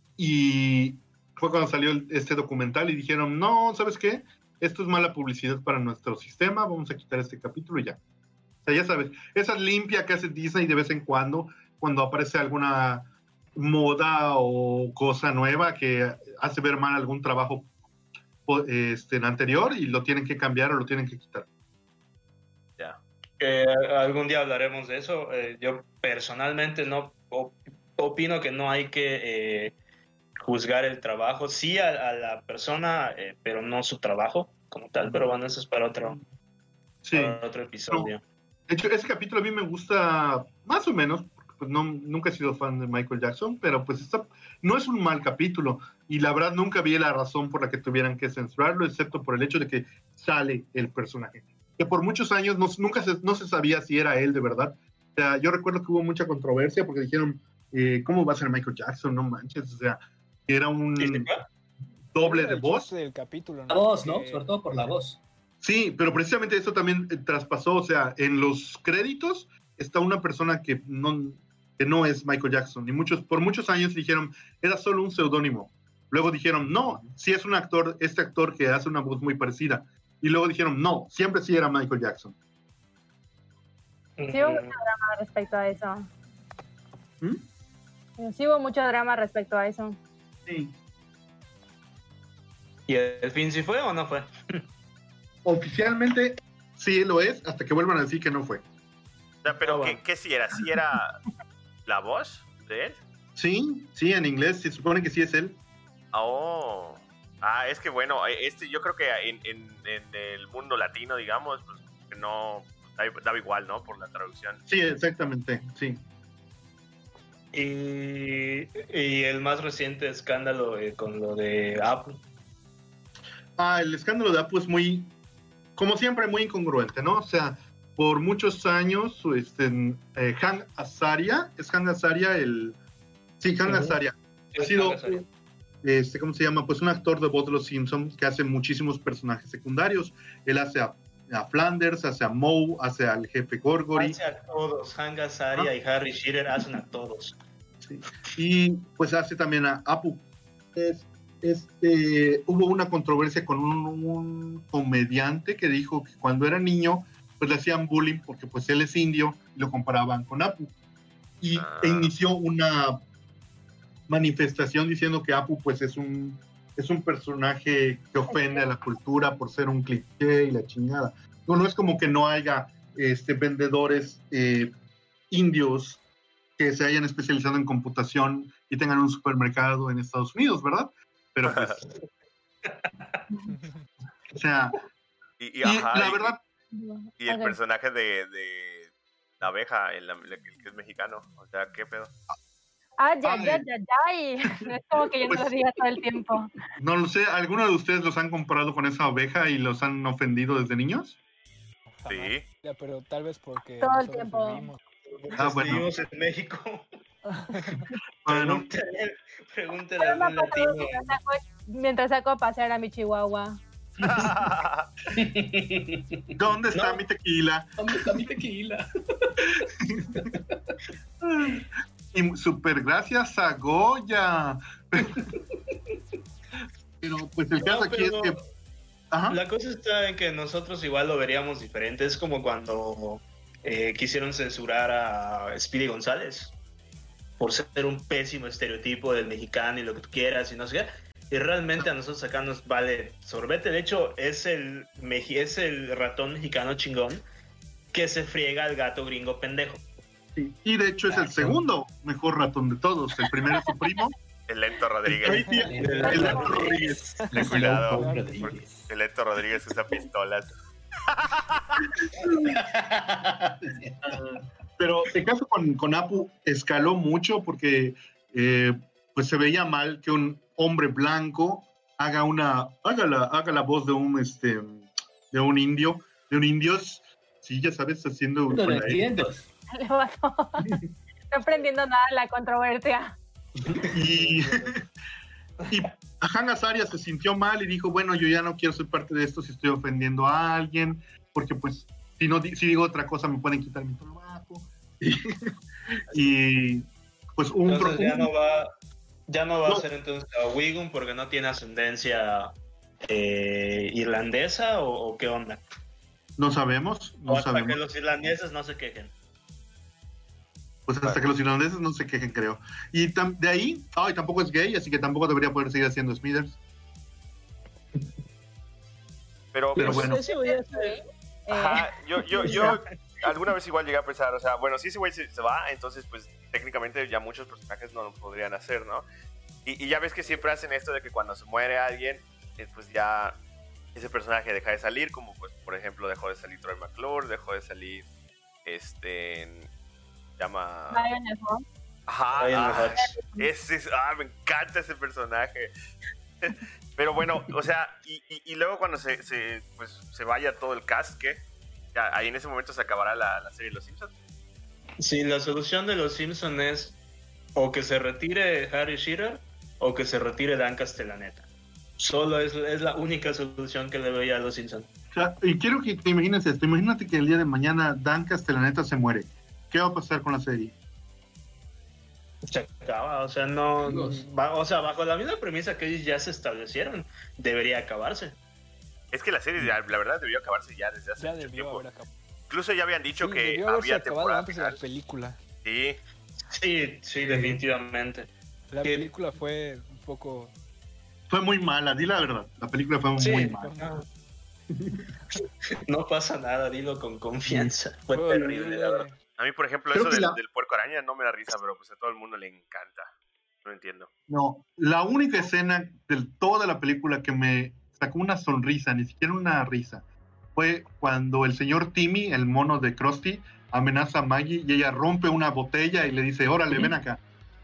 y fue cuando salió el- este documental y dijeron, no, ¿sabes qué? Esto es mala publicidad para nuestro sistema, vamos a quitar este capítulo y ya. O sea, ya sabes, esa limpia que hace Disney de vez en cuando, cuando aparece alguna moda o cosa nueva que hace ver mal algún trabajo po- este, anterior y lo tienen que cambiar o lo tienen que quitar. Ya. Que algún día hablaremos de eso. Eh, yo personalmente no op- opino que no hay que eh, juzgar el trabajo, sí a, a la persona, eh, pero no su trabajo como tal. Pero bueno, eso es para otro, Sí. para otro episodio. De hecho, ese capítulo a mí me gusta más o menos, porque pues no, nunca he sido fan de Michael Jackson, pero pues está, no es un mal capítulo. Y la verdad nunca vi la razón por la que tuvieran que censurarlo, excepto por el hecho de que sale el personaje. Que por muchos años no, nunca se, no se sabía si era él de verdad. O sea, yo recuerdo que hubo mucha controversia porque dijeron, eh, ¿cómo va a ser Michael Jackson? No manches, o sea, era un ¿Sí, sí fue? doble de El voz. chiste del capítulo, La voz, ¿no? Que- Sobre todo por la voz. Sí, pero precisamente eso también eh, traspasó, o sea, en los créditos está una persona que no, que no es Michael Jackson, y muchos, por muchos años dijeron, era solo un seudónimo. Luego dijeron, no, sí es un actor, este actor que hace una voz muy parecida. Y luego dijeron, no, siempre sí era Michael Jackson. Sí hubo mucho drama respecto a eso. Sí hubo mucho drama respecto a eso. Sí. ¿Y el fin sí fue o no fue? Oficialmente sí lo es, hasta que vuelvan a decir que no fue. O sea, pero Ah, ¿qué, bueno. qué si era? ¿Sí era la voz de él? Sí, sí, en inglés se supone que sí es él. Oh. Ah, es que bueno, este yo creo que en, en, en el mundo latino, digamos, pues que no, daba, daba igual, ¿no? Por la traducción. Sí, exactamente, sí. Y, y el más reciente escándalo eh, con lo de Apple. Ah, el escándalo de Apu es muy, como siempre, muy incongruente, ¿no? O sea, por muchos años, este, eh, Hank Azaria, es Hank Azaria el... Sí, Hank Ujú. Azaria. Sí, Ha sido, Hank Azaria. este, ¿cómo se llama? Pues un actor de voz de los Simpsons que hace muchísimos personajes secundarios. Él hace a, a Flanders, hace a Moe, hace al jefe Gorgory. Hace a todos. Hank Azaria Ah. y Harry Shearer hacen a todos. Sí. Y pues hace también a Apu. Es, este, hubo una controversia con un, un comediante que dijo que cuando era niño pues le hacían bullying porque pues él es indio y lo comparaban con Apu. Y Ah. e inició una manifestación diciendo que Apu pues es un, es un personaje que ofende a la cultura por ser un cliché y la chingada. No, no es como que no haya este, vendedores eh, indios que se hayan especializado en computación y tengan un supermercado en Estados Unidos, ¿verdad? Pero pues, o sea, Y, y, y ajá, la y- verdad, y el Ok. personaje de, de la abeja, el, el que es mexicano. O sea, ¿qué pedo? Ah, ya, Ay. ya, ya, ya. No es como que yo no lo Pues- diga todo el tiempo. no lo sé, ¿alguno de ustedes los han comprado con esa abeja y los han ofendido desde niños? Jamás. Sí. Ya, pero tal vez porque Todo el nosotros tiempo. vivimos. Ah, bueno. Vivimos en México. Bueno, Pregúntale, pregúntale Pero a me ha algún pasado latino. mientras saco- mientras saco a pasear a mi chihuahua. ¿dónde está No. mi tequila? ¿Dónde está mi tequila? Y super gracias a Goya. Pero pues el caso No, aquí pero- es que... Ajá. La cosa está en que nosotros igual lo veríamos diferente. Es como cuando eh, quisieron censurar a Speedy González por ser un pésimo estereotipo del mexicano y lo que tú quieras y no sé qué. Y realmente a nosotros acá nos vale sorbete. De hecho, es el, meji- es el ratón mexicano chingón que se friega al gato gringo pendejo. Sí. Y de hecho es el segundo mejor ratón de todos. El primero es su primo. El Lento Rodríguez. Crazy, el Lento Rodríguez. Cuidado. Rodríguez. El Lento Rodríguez usa pistolas. Pero el caso con, con Apu escaló mucho porque eh, pues se veía mal que un hombre blanco haga una haga la, haga la voz de un este de un indio de un indio, sí, ya sabes, haciendo No con lo la- entiendo. Le mató. No aprendiendo nada de la controversia. y y Han Azaria se sintió mal y dijo, bueno, yo ya no quiero ser parte de esto si estoy ofendiendo a alguien, porque pues si no di- si digo otra cosa me pueden quitar mi trabajo. y, y, pues un, Entonces pro- ya no va, ya no va No. a ser entonces a Wiggum porque no tiene ascendencia eh, irlandesa o, o qué onda. no sabemos, O no hasta sabemos. que los irlandeses no se quejen. Pues hasta que los irlandeses no se quejen, creo. Y tam- de ahí, ay, tampoco es gay, así que tampoco debería poder seguir haciendo Smithers. Pero, Pero pues, bueno. Ese voy a hacer. Eh, ajá, yo, yo, yo alguna vez igual llegué a pensar, o sea, bueno, si ese güey se, se va, entonces pues técnicamente ya muchos personajes no lo podrían hacer, ¿no? Y, y ya ves que siempre hacen esto de que cuando se muere alguien, eh, pues ya ese personaje deja de salir, como pues por ejemplo dejó de salir Troy McClure, dejó de salir este llama Lionel Hall. ajá, Ryan ah, Reynolds. ese es- ah, me encanta ese personaje. Pero bueno, o sea, y, y, y luego cuando se, se, pues, se vaya todo el cast, ¿qué? Ya, ahí en ese momento se acabará la, la serie de Los Simpsons. Sí, la solución de los Simpsons es o que se retire Harry Shearer o que se retire Dan Castellaneta. Solo es, es la única solución que le doy a los Simpsons. O sea, y quiero que te imagines esto. Imagínate que el día de mañana Dan Castellaneta se muere. ¿Qué va a pasar con la serie? Se acaba, o sea, no, Amigos. va- o sea, bajo la misma premisa que ellos ya se establecieron, debería acabarse. Es que la serie, la, la verdad, debió acabarse ya desde hace Ya mucho debió tiempo. haber acabado. Incluso ya habían dicho Sí, que debió haberse había acabado temporada antes de la final. película. Sí, Sí, sí, definitivamente. La ¿Qué? película fue un poco... Fue muy mala, di la verdad. La película fue Sí. muy mala. No. No pasa nada, dilo con confianza. Fue fue terrible, la verdad. a mí, por ejemplo, Creo eso que del, la- del puerco araña no me da risa, pero pues a todo el mundo le encanta. No entiendo. No, la única escena de toda la película que me sacó una sonrisa, ni siquiera una risa, fue cuando el señor Timmy, el mono de Krusty, amenaza a Maggie y ella rompe una botella y le dice, órale, ven acá.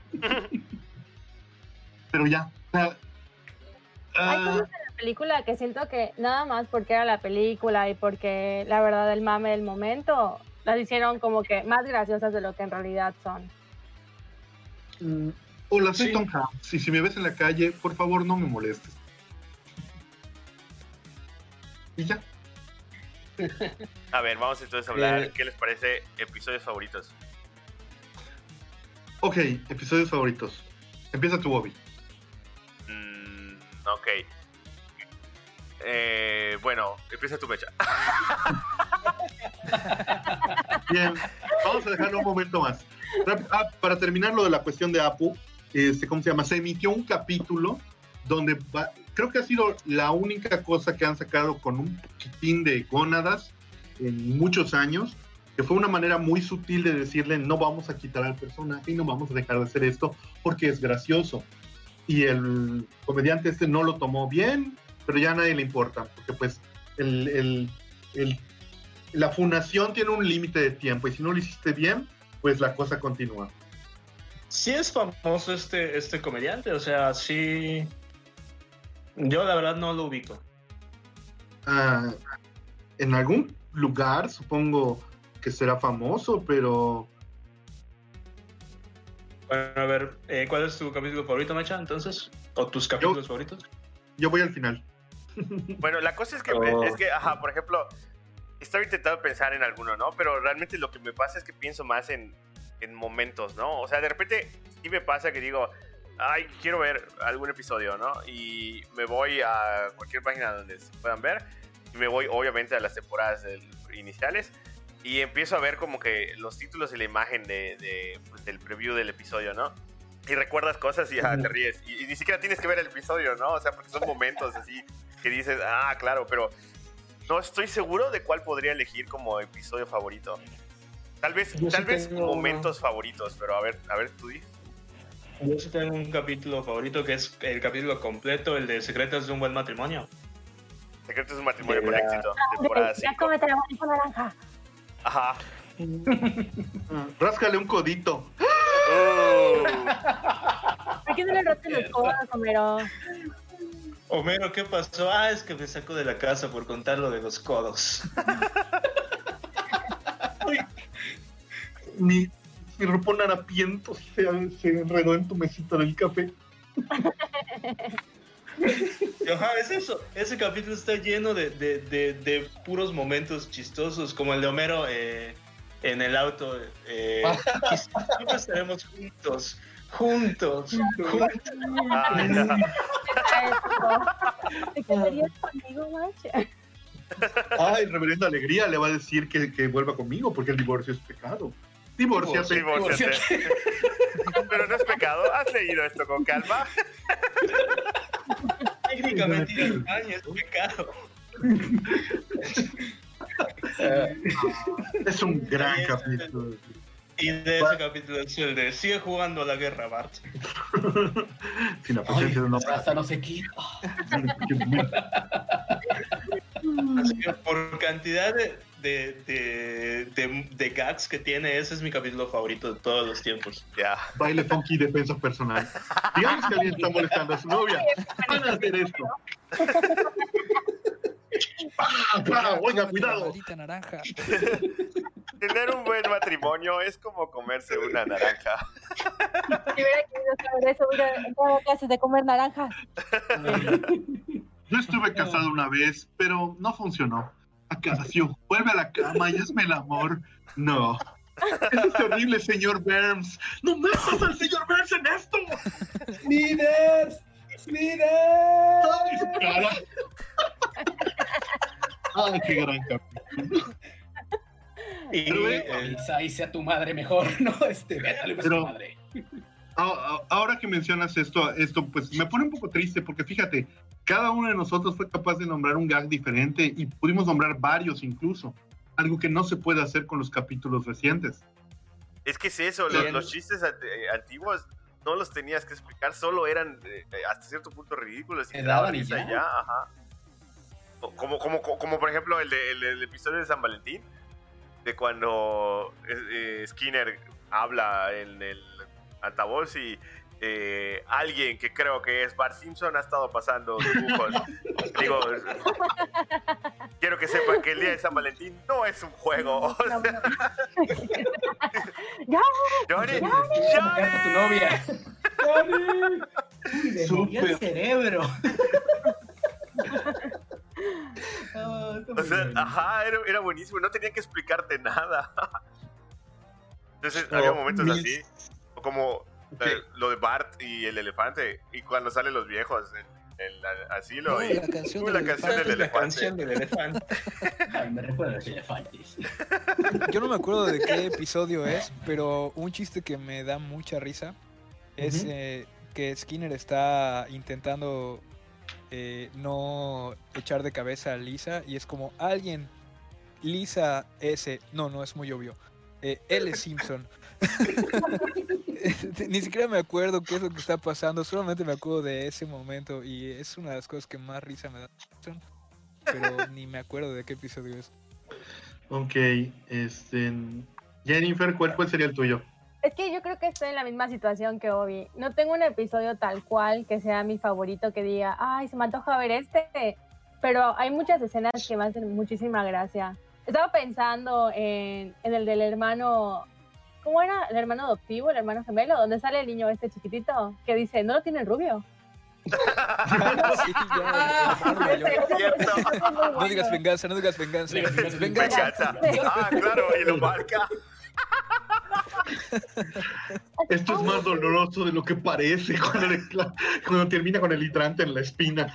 Pero ya. O sea, Hay uh, cosas en la película que siento que nada más porque era la película y porque la verdad el mame del momento las hicieron como que más graciosas de lo que en realidad son. mm, hola, soy Sí. Tom Hanks y si me ves en la calle, por favor no me molestes. Y ya. A ver, vamos entonces a hablar. Eh. ¿Qué les parece episodios favoritos? Ok, episodios favoritos. Empieza tu, Bobby. Mm, ok. Eh, bueno, empieza tu mecha. Bien, vamos a dejarlo un momento más. Rap- ah, para terminar lo de la cuestión de Apu, este, ¿cómo se llama? Se emitió un capítulo donde va- creo que ha sido la única cosa que han sacado con un poquitín de gónadas en muchos años, que fue una manera muy sutil de decirle no vamos a quitar al personaje y no vamos a dejar de hacer esto porque es gracioso. Y el comediante este no lo tomó bien, pero ya a nadie le importa, porque pues el, el, el la fundación tiene un límite de tiempo y si no lo hiciste bien, pues la cosa continúa. Sí es famoso este, este comediante, o sea, sí... Yo la verdad no lo ubico. Ah, en algún lugar supongo que será famoso, pero Bueno, a ver, eh, ¿cuál es tu capítulo favorito, Mecha, entonces? ¿O tus capítulos favoritos? yo voy al final. Bueno, la cosa es que, Oh. es que, ajá, por ejemplo, estaba intentando pensar en alguno, ¿no? Pero realmente lo que me pasa es que pienso más en, en momentos, ¿no? O sea, de repente sí me pasa que digo, ay, quiero ver algún episodio, ¿no? Y me voy a cualquier página donde se puedan ver. Y me voy, obviamente, a las temporadas del- iniciales. Y empiezo a ver como que los títulos y la imagen de, de, pues, del preview del episodio, ¿no? Y recuerdas cosas y ah, te ríes. Y, y ni siquiera tienes que ver el episodio, ¿no? O sea, porque son momentos así que dices, ah, claro, pero no estoy seguro de cuál podría elegir como episodio favorito. Tal vez, Yo sí tal vez tengo- momentos favoritos, pero a ver, a ver, tú di. Yo sí tengo un capítulo favorito que es el capítulo completo, el de Secretos de un buen matrimonio. Secretos de un matrimonio De con la- éxito, temporada Ya cinco. cómete la bonita naranja. Ajá. Ah, ráscale un codito. Uh, ¿Por qué no le roten los codos, Homero? Homero, ¿qué pasó? Ah, es que me saco de la casa por contar lo de los codos. Mi, mi ropón harapiento se, se enredó en tu mesita del café. Ajá, es eso. Ese capítulo está lleno de, de, de, de puros momentos chistosos, como el de Homero eh, en el auto. Eh, y siempre estaremos juntos, juntos, juntos. ay, no. ¿Te quedarías conmigo, Macha? Ay, reverendo Alegría le va a decir que, que vuelva conmigo porque el divorcio es pecado. Divórciate. Divórciate. Pero no es pecado. ¿Has leído esto con calma? Técnicamente ir al baño es pecado. Es un gran capítulo. Y de ese capítulo es el de sigue jugando a la guerra, Bart. Sin la Ay, presencia de una la raza no se quita. Así que por cantidad de, de, de, de, de gags que tiene, ese es mi capítulo favorito de todos los tiempos. Ya. Baile funky y defensa personal. Digamos que alguien está molestando a su novia. Van a hacer esto. ¡Ah, ah, oiga, La cuidado! maldita naranja. Tener un buen matrimonio es como comerse una naranja. Si hubiera querido saber eso, hubiera entrado a clases de comer naranjas. Yo estuve casado una vez, pero no funcionó. Acacio, vuelve a la cama y hazme el amor. No. Eso es horrible, señor Burns. ¡No metas al señor Burns en esto! ¡Líderes! ¡Líderes! ¡Ay, su cara! ¡Ay, qué gran capítulo! Y Pero, eh, el- Avisa, hice a tu madre mejor, ¿no? Este, vétale a tu Pero- madre. A- a- Ahora que mencionas esto, esto, pues me pone un poco triste porque fíjate, cada uno de nosotros fue capaz de nombrar un gag diferente y pudimos nombrar varios incluso, algo que no se puede hacer con los capítulos recientes. Es que es eso, los, Bien. los chistes ant- eh, antiguos no los tenías que explicar, solo eran eh, hasta cierto punto ridículos y Te te daban daban y risa ya. y ya, ajá. Como, como, como por ejemplo el, de, el, el episodio de San Valentín, de cuando eh, Skinner habla en el altavoz y eh, alguien que creo que es Bart Simpson ha estado pasando dibujos. Digo, quiero que sepan que el día de San Valentín no es un juego. ¡Johnny! ¡Johnny! ¡Johnny! tu novia! ¡Johnny! Uy, le movió el Súper. cerebro. Oh, está muy O sea, bien. ajá, era, era buenísimo, no tenían que explicarte nada. Entonces No, había momentos mis- así, o como Ok. eh, lo de Bart y el elefante, y cuando salen los viejos en el asilo, No, y la canción uy, del la canción del La elefante. canción del elefante. Ay, me recuerda a los elefantes. Yo no me acuerdo de qué episodio es, pero un chiste que me da mucha risa es Ujú. eh, que Skinner está intentando eh, no echar de cabeza a Lisa y es como alguien, Lisa S, no, no es muy obvio, eh, L. Simpson. Ni siquiera me acuerdo qué es lo que está pasando, solamente me acuerdo de ese momento y es una de las cosas que más risa me da, pero ni me acuerdo de qué episodio es. Ok, este... Jennifer, ¿cuál, cuál sería el tuyo? Es que yo creo que estoy en la misma situación que Obi. No tengo un episodio tal cual que sea mi favorito, que diga, ay, se me antoja ver este. Pero hay muchas escenas que me hacen muchísima gracia. Estaba pensando en, en el del hermano, ¿cómo era? ¿El hermano adoptivo, el hermano gemelo? Donde sale el niño este chiquitito que dice, no lo tiene el rubio. Sí, ya, el hermano mayor. Cierto. No digas venganza, no digas venganza. No digas venganza. Me Venganza. encanta. Ah, claro, y lo marca. Esto es más doloroso de lo que parece cuando, le cla- cuando termina con el hidrante en la espina.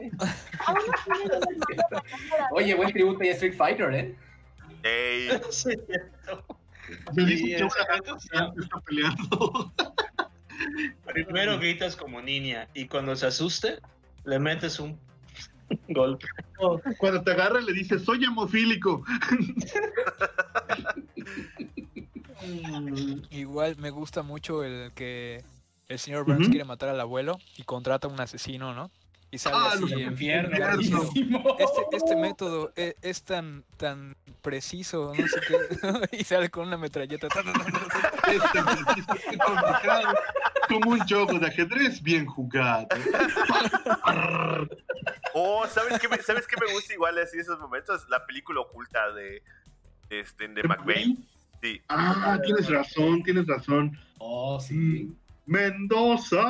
Oye, buen tributo a Street Fighter, ¿eh? Ey, Sí. Me Sí, dijo que esa una canción. gente está peleando. Primero gritas como niña y cuando se asuste, le metes un golpe. Cuando te agarra le dices, soy hemofílico. Igual me gusta mucho el que el señor Burns Ujú. quiere matar al abuelo y contrata a un asesino, ¿no? Y sale Ah, así los en- Infierno, infierno. buenísimo. Este, este método es, es tan tan preciso, no sé qué, y sale con una metralleta. Este es complicado. Como un juego de ajedrez bien jugado. oh, ¿sabes qué, me, ¿sabes qué me gusta igual así esos momentos? La película oculta de, este, de McVeigh. Sí. Ah, tienes razón, tienes razón. Oh, sí. Mendoza.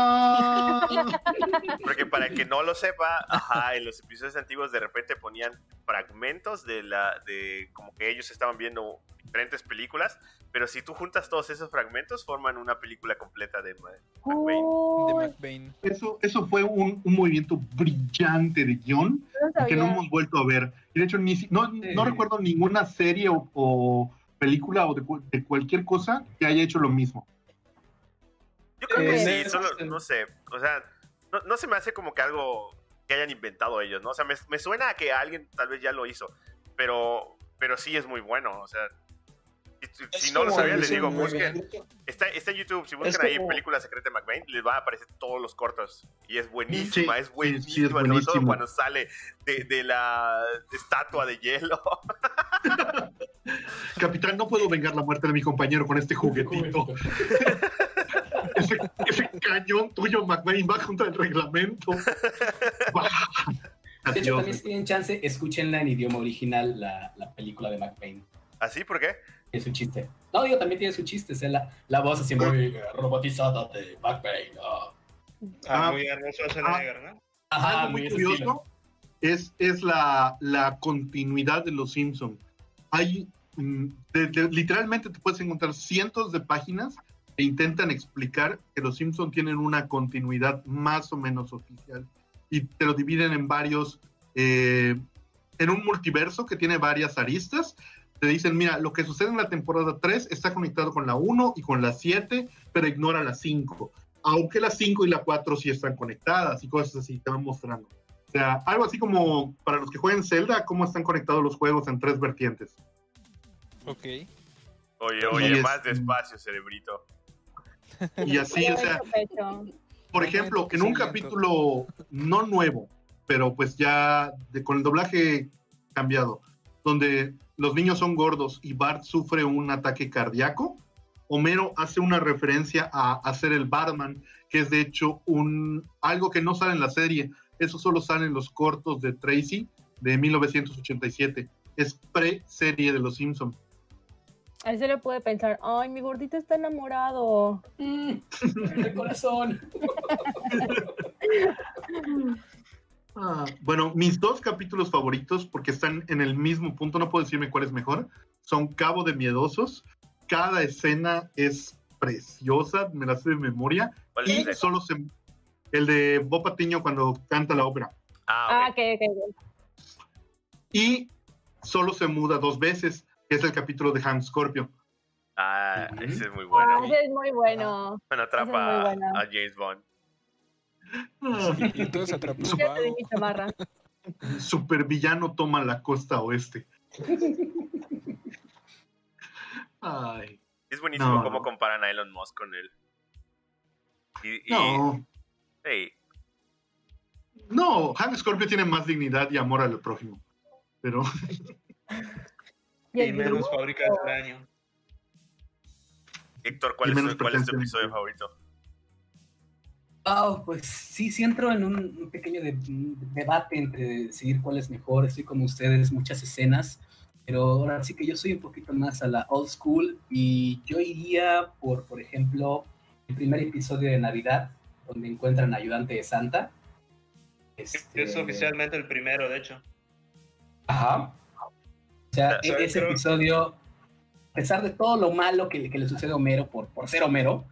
Porque para el que no lo sepa, ajá, en los episodios antiguos de repente ponían fragmentos de la, de como que ellos estaban viendo diferentes películas, pero si tú juntas todos esos fragmentos forman una película completa de Ma- McVeigh. de Uy, McBain. Eso, eso fue un, un movimiento brillante de guión no que no sabía. hemos vuelto a ver. Y de hecho, ni, si- no, no recuerdo ninguna serie o, o película o de, cu- de cualquier cosa que haya hecho lo mismo. Yo creo que Eh, sí, solo, no sé, o sea, no, no se me hace como que algo que hayan inventado ellos, ¿no? O sea, me, me suena a que alguien tal vez ya lo hizo, pero, pero sí es muy bueno, o sea, si, si no lo sabían, les digo, busquen, está, está en YouTube, si buscan Es ahí como- película secreta de McBain, les van a aparecer todos los cortos, y es buenísima, Sí, es sí, buenísima, sí, es sobre todo buenísima. cuando sale de, de la estatua de hielo. Capitán, no puedo vengar la muerte de mi compañero con este juguetito. Ese, ese cañón tuyo, McBain, va contra el reglamento. Bah. De hecho, Adiós. también si tienen chance, escúchenla en idioma original, la, la película de McBain. ¿Así? ¿Por qué? Es un chiste. No, digo, también tiene su chiste. Es la, la voz así muy eh, robotizada de McBain. ah. Ah, Ah, muy Arnold Schwarzenegger, ¿no? Ajá, Algo muy ese estilo. curioso es, es la, la continuidad de Los Simpsons. Hay, mm, de- de- literalmente te puedes encontrar cientos de páginas que intentan explicar que Los Simpsons tienen una continuidad más o menos oficial y te lo dividen en varios, eh, en un multiverso que tiene varias aristas. Te dicen, mira, lo que sucede en la temporada tres está conectado con la uno y con la siete, pero ignora la cinco. Aunque las cinco y la cuatro sí están conectadas y cosas así, te van mostrando. O sea, algo así como para los que jueguen Zelda, cómo están conectados los juegos en tres vertientes. Ok. Oye, Y oye, es- más despacio, cerebrito. Y así, o sea, Pecho. por ejemplo, en un Momento, capítulo no nuevo, pero pues ya de, con el doblaje cambiado, donde los niños son gordos y Bart sufre un ataque cardíaco, Homero hace una referencia a hacer el Bartman, que es de hecho un algo que no sale en la serie, eso solo sale en los cortos de Tracy de mil novecientos ochenta y siete, es pre-serie de Los Simpsons. A él se le puede pensar, ay, mi gordito está enamorado. Mm, el corazón. Ah, bueno, mis dos capítulos favoritos, porque están en el mismo punto, no puedo decirme cuál es mejor, son Cabo de Miedosos. Cada escena es preciosa, me la sé de memoria. ¿Cuál Y es ese? solo se... El de Bob Patiño cuando canta la ópera. Ah, Ah, ok. ok, ok. Y solo se muda dos veces, que es el capítulo de Hank Scorpio. Ah, Ujú. ese es muy Ah, bueno. ese es muy bueno. Bueno, ese es muy atrapa a, bueno. a James Bond. Y entonces atrapó un Ya te di vago. mi chamarra. Supervillano toma la costa oeste. Ay, Es buenísimo No. cómo comparan a Elon Musk con él. Y, y no, hey, no, Hank Scorpio tiene más dignidad y amor al prójimo. Pero Y Y el menos grupo, fábricas del año. Héctor, ¿cuál, Y es menos tu, ¿cuál es tu presencia. episodio favorito? Oh, pues sí, sí entro en un, un pequeño de- un debate entre decidir cuál es mejor. Estoy como ustedes, muchas escenas, pero ahora sí que yo soy un poquito más a la old school y yo iría por, por ejemplo, el primer episodio de Navidad, donde encuentran ayudante de Santa. Este, Es oficialmente el primero, de hecho. Ajá. O sea, O sea, e- ese creo- episodio, a pesar de todo lo malo que, le- que le sucede a Homero por, por ser Homero,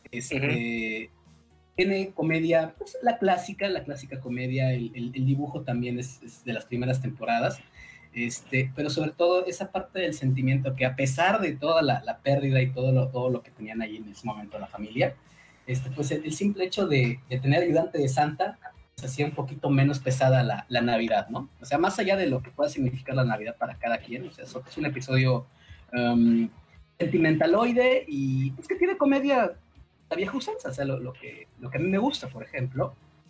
este, tiene comedia, pues, la clásica, la clásica comedia, el, el- el dibujo también es, es de las primeras temporadas, este, pero sobre todo esa parte del sentimiento que a pesar de toda la, la pérdida y todo lo, todo lo que tenían ahí en ese momento la familia, este, pues el, el simple hecho de, de tener ayudante de Santa se hacía un poquito menos pesada la, la Navidad, ¿no? O sea, más allá de lo que pueda significar la Navidad para cada quien, o sea, es, es un episodio um, sentimentaloide y es que tiene comedia la vieja usanza, o sea, lo, lo, que, lo que a mí me gusta, por ejemplo.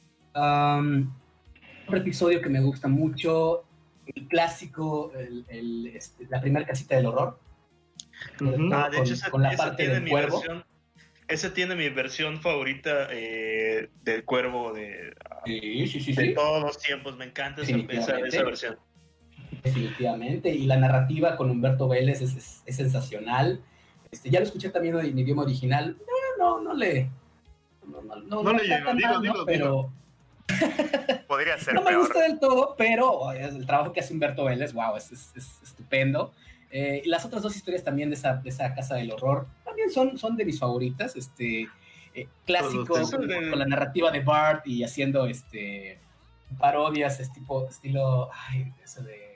Um, otro episodio que me gusta mucho, el clásico, el, el, este, la primera casita del horror. Ujú. Ah, de con, hecho, ese, con la ese parte tiene del mi cuervo. versión. Ese tiene mi versión favorita eh, del cuervo de, Sí, sí, sí, de sí. todos los tiempos. Me encanta esa, esa, Definitivamente. esa versión. Definitivamente. Y la narrativa con Humberto Vélez es, es, es sensacional. Este, ya lo escuché también en idioma original. No, no, no le. No, no, no, No le está llega, tan dilo, mal, ¿no? dilo, Pero Podría ser no me peor. gusta del todo, pero el trabajo que hace Humberto Vélez, wow, es, es, es estupendo. Eh, y las otras dos historias también de esa, de esa Casa del Horror también son, son de mis favoritas. Este, eh, clásico, Todos con, del- con la narrativa de Bart y haciendo este, parodias, es tipo, estilo, ay, eso de...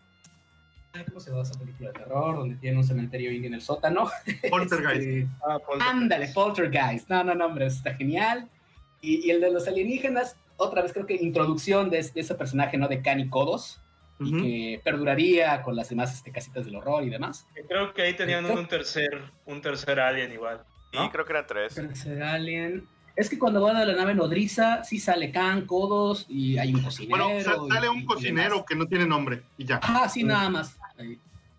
Ay, ¿cómo se llama esa película de terror? Donde tiene un cementerio indio en el sótano. Poltergeist. Este, Ah, Paul- ándale, Poltergeist. No, no, no, hombre, está genial. Y, y el de los alienígenas, otra vez creo que introducción de, de ese personaje, ¿no? De Can y Codos, y Ujú. que perduraría con las demás este, casitas del horror y demás. Creo que ahí tenían Creo- un tercer, un tercer alien igual. Y ¿no? creo que eran tres. Tercer Alien. Es que cuando van a la nave nodriza, sí sale Can, Codos y hay un cocinero. Bueno, sa- y- sale y- un y cocinero demás. que no tiene nombre y ya. Ah, sí, nada más. Ahí.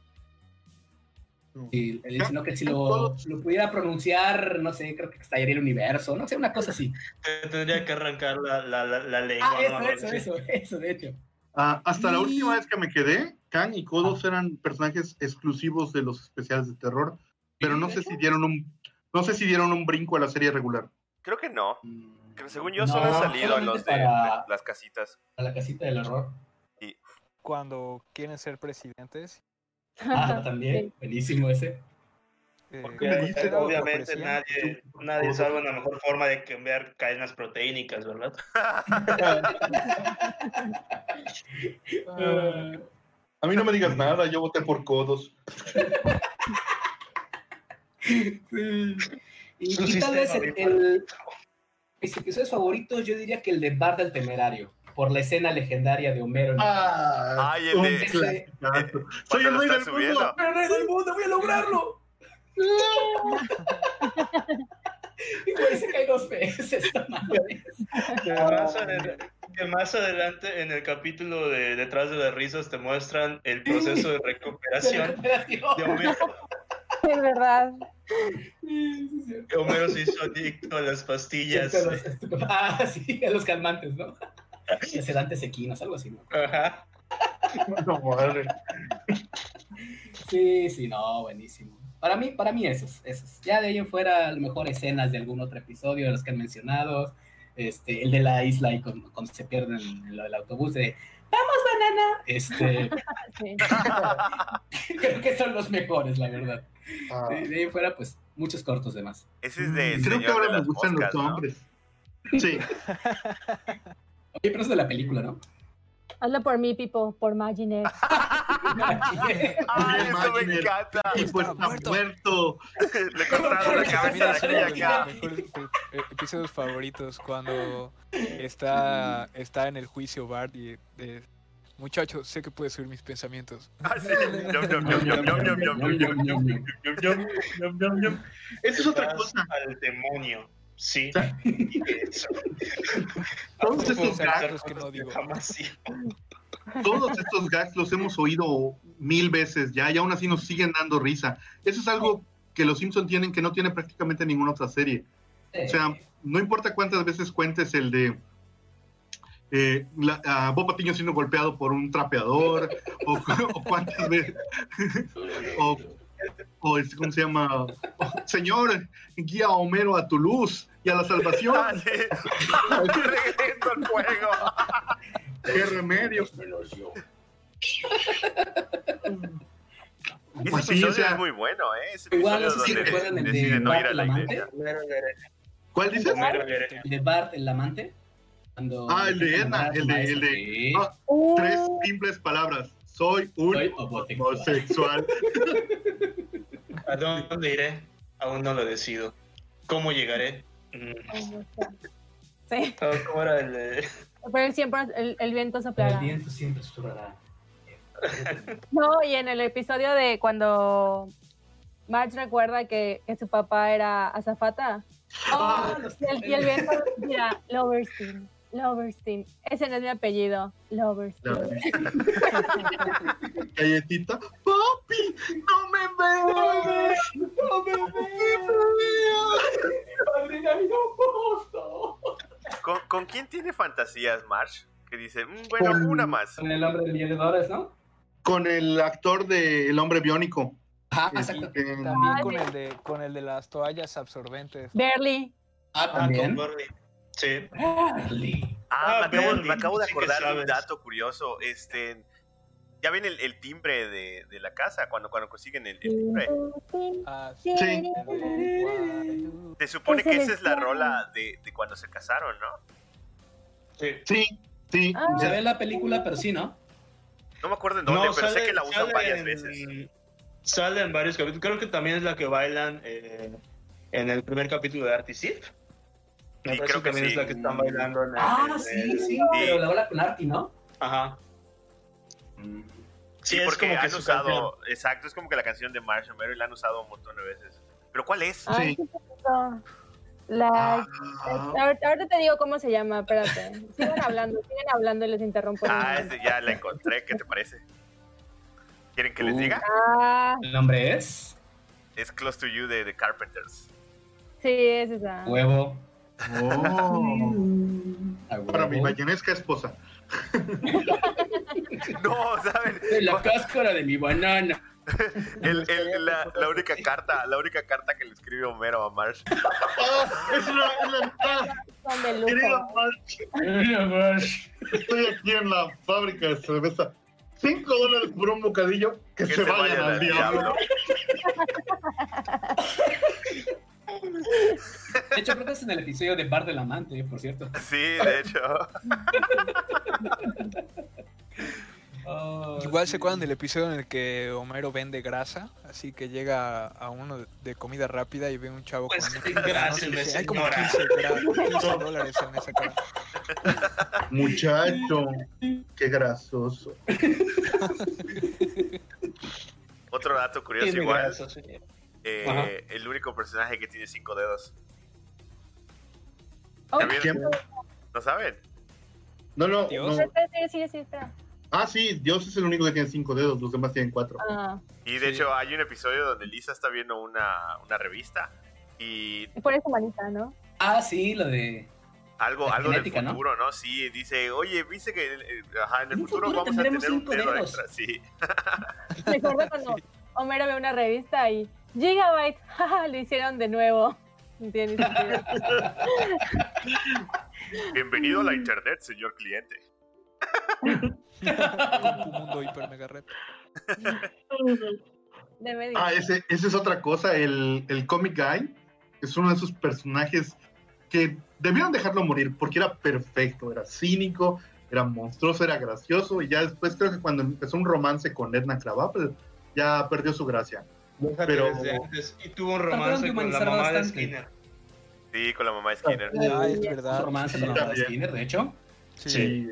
Y le dicen, ¿no? Que si lo, lo pudiera pronunciar, no sé, creo que estallaría el universo, no sé, una cosa así. Te tendría que arrancar la, la, la, la lengua. Ah, ¿no? eso, eso, eso, eso, de hecho. Ah, hasta la Y- última vez que me quedé, Kang y Kodos eran personajes exclusivos de los especiales de terror, pero Sí, no de sé hecho. si dieron un no sé si dieron un brinco a la serie regular. Creo que no. Mm, Que según yo no, solo han salido en solamente los de, para, de las casitas. para la casita del horror. Cuando quieren ser presidentes. Ah, también, buenísimo ese. eh, Porque me dices? era lo que obviamente ofrecían. nadie, nadie sabe una mejor forma de cambiar cadenas proteínicas, ¿verdad? Ah, A mí no me digas nada, yo voté por Kodos. sí. Y, Su y tal vez sistema el, bipolar. el- mis episodios favoritos, yo diría que el de Bart el Temerario, por la escena legendaria de Homero. en- Ah, Ay, el un de- clasicazo. Soy Cuando el lo rey están del subiendo. mundo. ¡El rey del mundo, voy a lograrlo! Y güey, se cae dos veces. esta madre. Te vas a ver- que más adelante en el capítulo de Detrás de las risas te muestran el proceso de recuperación de Homero. Es verdad. Sí, sí, sí. Homero se hizo adicto a las pastillas. Sí, a los estupe- ah, sí, a los calmantes, ¿no? Los sedantes equinos, algo así, ¿no? Ajá. No, madre. Sí, sí, no, buenísimo. Para mí, para mí esos, esos. Ya de ahí en fuera, a lo mejor escenas de algún otro episodio de los que han mencionado. Este, el de la isla y cuando, cuando se pierden en lo del autobús de ¡vamos, banana! Este, Sí. creo que son los mejores, la verdad. Ah, De, de ahí en fuera, pues, muchos cortos de más. Ese es de creo que Señor ahora de me las gustan Moscas, los ¿no? hombres. Sí. Oye, pero es de la película, ¿no? Hazlo por mí, Pipo, por Maginet. ¡Ay, eso me Imagine- encanta! Y pues está muerto. muerto. Le cortaron la cabeza También de es aquí uno a de acá. mis mejores e- episodios favoritos cuando está, está en el juicio Bart y de, muchacho, sé que puedes oír mis pensamientos. Ah, sí. Ñom, ñom, ñom, ñom, ñom, ñom, ñom, ñom. Yum, yum, yum, yum, yum, yum. Esa es otra Vas cosa. Al demonio. Sí. Eso. Todos estos Puedo gags, cosas que no digo. Jamás sí. todos estos gags los hemos oído mil veces ya y aún así nos siguen dando risa. Eso es algo que los Simpson tienen que no tiene prácticamente ninguna otra serie. O sea, no importa cuántas veces cuentes el de eh, la, a Bob Patiño siendo golpeado por un trapeador, o, o cuántas veces, o, o este, ¿cómo se llama? O, Señor, guía a Homero a tu luz y a la salvación. Ah, sí. Regreso al juego. ¡Qué remedio! Ese Pues sí, episodio o sea, es muy bueno, ¿eh? Ese Igual, no episodio sé si donde recuerdan el de decide no ir Bart a el la amante. iglesia. ¿Cuál dices? Homero Guerrero. El de Bart, el amante. Cuando Ah, el de Edna, el de- el de- Sí. Ah, tres simples palabras. Soy un Soy homosexual. homosexual. ¿A dónde iré? Aún no lo decido. ¿Cómo llegaré? Mm. Sí, Oh, ¿Cómo era el de...? pero él siempre, el, el viento El soplará. viento siempre soplará. No, y en el episodio de cuando Marge recuerda que, que su papá era azafata. Ah, Oh, los- y, el, y el viento dirá, Loverstein, Loverstein. Ese no es mi apellido, Loverstein. Galletita. ¡Papi! ¡No me veas! ¡No me ¡Padrina, no! ¿Con, ¿Con quién tiene fantasías, Marge? Que dice, "Mm, bueno, Con- una más. Con el hombre del millón de dólares, ¿no? Con el actor de El Hombre Biónico. Ajá, Eh, exacto. eh, También Ay, con sí. el de con el de las toallas absorbentes. Barely. Ah, Ah, con también. Barney. Sí. Barley. Ah, Ah, me, acabo, Bernie, me acabo de sí que acordar de un sabes. dato curioso. Este, ya ven el, el timbre de, de la casa cuando, cuando consiguen el, el timbre. Ah, Sí. el de- Se supone Es que el esa es la estreno. rola de, de cuando se casaron, ¿no? Sí. Sí, sí. Ah. Se ve en la película, pero sí, ¿no? No me acuerdo en dónde, No, pero sé sale- que la usan sale varias en- veces. Sale en varios capítulos. Creo que también es la que bailan eh, en el primer capítulo de Art y Sif. Me Sí, parece creo que también sí. es la que están bailando en el... Ah, en sí, el- sí. Pero la ola con Artie, ¿no? Ajá. Sí, es porque como que han su usado, canción. exacto, es como que la canción de Marshall Mary la han usado un montón de veces. ¿Pero cuál es? Ay, Sí. qué bonito. La, Ah, ahorita, ahorita te digo cómo se llama, espérate. Sigan hablando, siguen hablando y les interrumpo. Ah, ese ya la encontré, ¿qué te parece? ¿Quieren que les Uh. diga? Ah, El nombre es Es Close to You de The Carpenters. sí, es esa. Huevo. oh, A huevo. para mi bayonesca esposa. No, ¿saben? La cáscara de mi banana. El- el- la, la única carta, la única carta que le escribe Homero a Marge. Ah, es la, es la ah, Son de querida lujo. Marge, estoy aquí en la fábrica de cerveza. Cinco dólares por un bocadillo que, Que se, se vayan, vayan al al diablo. diablo. De hecho, creo que es en el episodio de Bar del Amante, por cierto. Sí, de hecho. Oh, Igual sí. se acuerdan del episodio en el que Homero vende grasa, así que llega a uno de- de comida rápida y ve un chavo Pues, con gracias, y dice, hay como señora. quince, gra- quince dólares en esa cara. Muchacho, qué grasoso. Otro dato curioso Tiene igual. grasa, señor. eh, Ajá. el único personaje que tiene cinco dedos. Oh, ¿También? ¿Quién? ¿No saben? No, no, Dios. no. Espera, Sí, sí, sí, espera. Ah, sí, Dios es el único que tiene cinco dedos, los demás tienen cuatro. Ah, Y de Sí. hecho hay un episodio donde Lisa está viendo una, una revista y y por eso manita, ¿no? Ah, sí, lo de... algo, La algo genética, del ¿no? futuro, ¿no? Sí, dice, oye, viste que eh, ajá, en el En un futuro, futuro vamos a tendremos tener un cinco dedo dedos. extra. Sí. Recuerdo cuando Homero ve una revista y Gigabyte, jaja, lo hicieron de nuevo. No tiene ni sentido. Bienvenido a la internet, señor cliente. Un mundo hiper mega red. De medio. Ah, ese, ese es otra cosa, el, el Comic Guy es uno de esos personajes que debieron dejarlo morir porque era perfecto, era cínico, era monstruoso, era gracioso y ya después creo que cuando empezó un romance con Edna Krabappel ya perdió su gracia. Déjate Pero- desde antes. Y tuvo un Trataron romance de con la humanizar mamá de bastante. Skinner. Sí, con la mamá de Skinner. Ah, es Su verdad. romance Sí, con la mamá de también. Skinner, de hecho. Sí. Sí.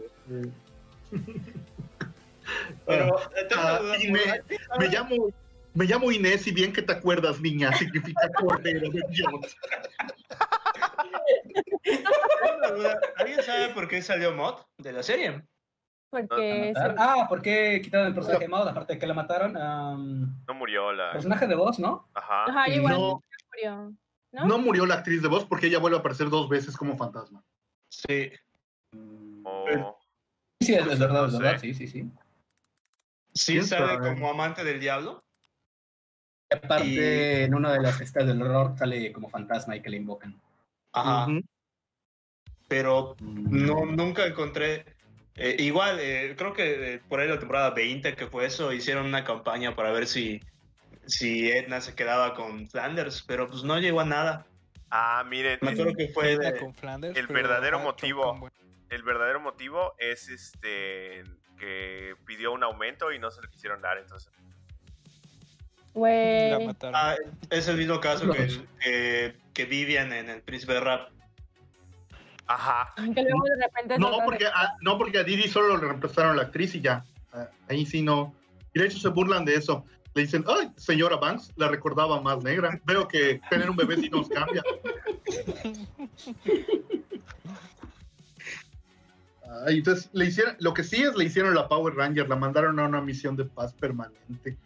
Pero eh, tengo Ah, una duda, y me, me llamo me llamo Inés y bien que te acuerdas, niña, significa cordero de Dios. tengo una duda. ¿Alguien sabe por qué salió Mod de la serie? Porque Matar- se- Ah, ¿por qué quitaron el personaje de Maud? Aparte de que la mataron. am, No murió la... personaje de voz, ¿no? Ajá. Ajá, igual No, murió. ¿No? no murió la actriz de voz porque ella vuelve a aparecer dos veces como fantasma. Sí. O- Sí, es, es verdad, es No sé. verdad, sí, sí, sí. Sí ¿Quién sale sabe? como amante del diablo. Y aparte, Y- en una de las estas del horror sale como fantasma y que le invocan. Ajá. Ujú. Pero Mm. no, nunca encontré. eh, igual, eh, creo que eh, por ahí la temporada veinte que fue eso, hicieron una campaña para ver si, si Edna se quedaba con Flanders, pero pues no llegó a nada. Ah, miren, Me es- acuerdo que fue Edna de- con Flanders, el pero, verdadero ajá, motivo. chocan, bueno. el verdadero motivo es este que pidió un aumento y no se lo quisieron dar, entonces. La Güey. mataron. Ah, es el mismo caso que, Los- que, que Vivian en el Príncipe de Rap. Ajá. Que luego de repente No, sacan- porque a, no, porque a Didi solo le reemplazaron a la actriz y ya. Ah, ahí sí no. Y de hecho se burlan de eso. Le dicen, ay, señora Banks, la recordaba más negra. Veo que tener un bebé sí nos cambia. Ah, entonces, le hicieron, lo que sí es, le hicieron la Power Ranger, la mandaron a una misión de paz permanente.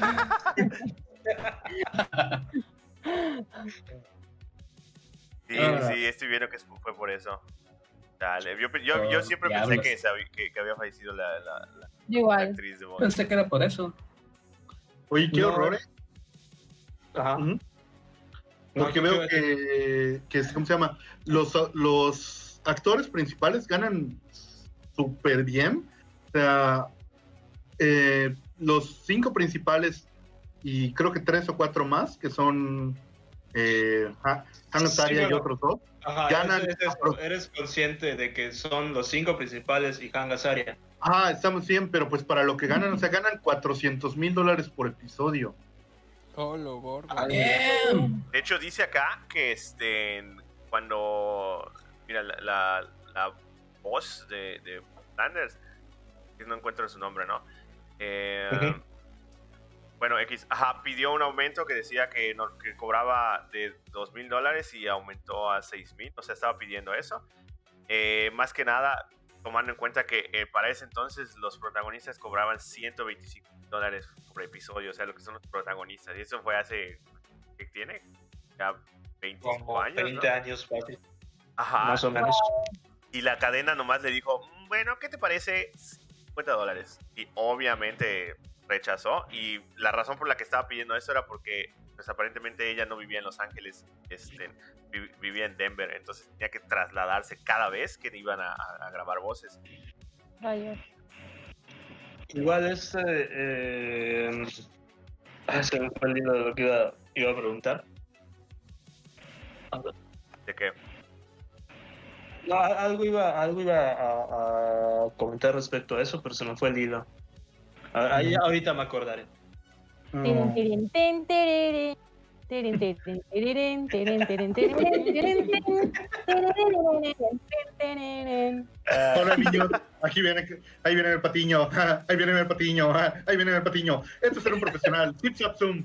Sí, Ah. sí, estoy viendo que fue por eso. Dale, yo, yo, yo Oh, siempre diablos. pensé que, sabi- que, que había fallecido la, la, la- la Yo igual. actriz de voz. Pensé que era por eso. Oye, qué No. horror, ¿eh? Ajá. Ujú. No, Porque ¿qué veo iba a que, que, ¿cómo se llama? Los, los actores principales ganan súper bien. O sea, eh, los cinco principales y creo que tres o cuatro más, que son eh, Ha- Hannah Sí, Azaria y bueno. otros dos. Ajá, ganan es- es eso, apro- eres consciente de que son los cinco principales y Han Azaria. Ah, estamos bien, pero pues para lo que ganan, o sea, ganan cuatrocientos mil dólares por episodio. Oh, lo gordo. Damn. De hecho, dice acá que este cuando. Mira, la, la, la voz de, de Flanders, que no encuentro su nombre, ¿no? Eh, Ujú. Bueno, X, ajá, pidió un aumento que decía que, no, que cobraba de dos mil dólares y aumentó a seis mil, o sea, estaba pidiendo eso. Eh, más que nada, tomando en cuenta que eh, para ese entonces los protagonistas cobraban ciento veinticinco dólares por episodio, o sea, lo que son los protagonistas. Y eso fue hace, ¿qué tiene? Ya veinticinco Como años, veinte ¿no? años, fácil, Ajá. más o menos. Y la cadena nomás le dijo, "Mm, bueno, ¿qué te parece? cincuenta dólares. Y obviamente rechazó. Y la razón por la que estaba pidiendo eso era porque, pues aparentemente ella no vivía en Los Ángeles, este, vi- vivía en Denver. Entonces tenía que trasladarse cada vez que iban a, a grabar voces. Rayos. Igual este... Eh, ah, se me fue el hilo de lo que iba, iba a preguntar. De que, No, a- algo iba, algo iba a, a comentar respecto a eso, pero se me fue el hilo. A- ahí ahorita me acordaré. Tirin, tirin, tin, tiririn. Tirin, tirin, tiririn, tirin, tirin, tirin, tirin, tirin, tiririn, tiririn. Ah, Hola, niños. Aquí viene, ahí viene el patiño. ah, Ahí viene el patiño. ah, Ahí viene el patiño. Esto es ser un profesional. Zip, zap, zoom.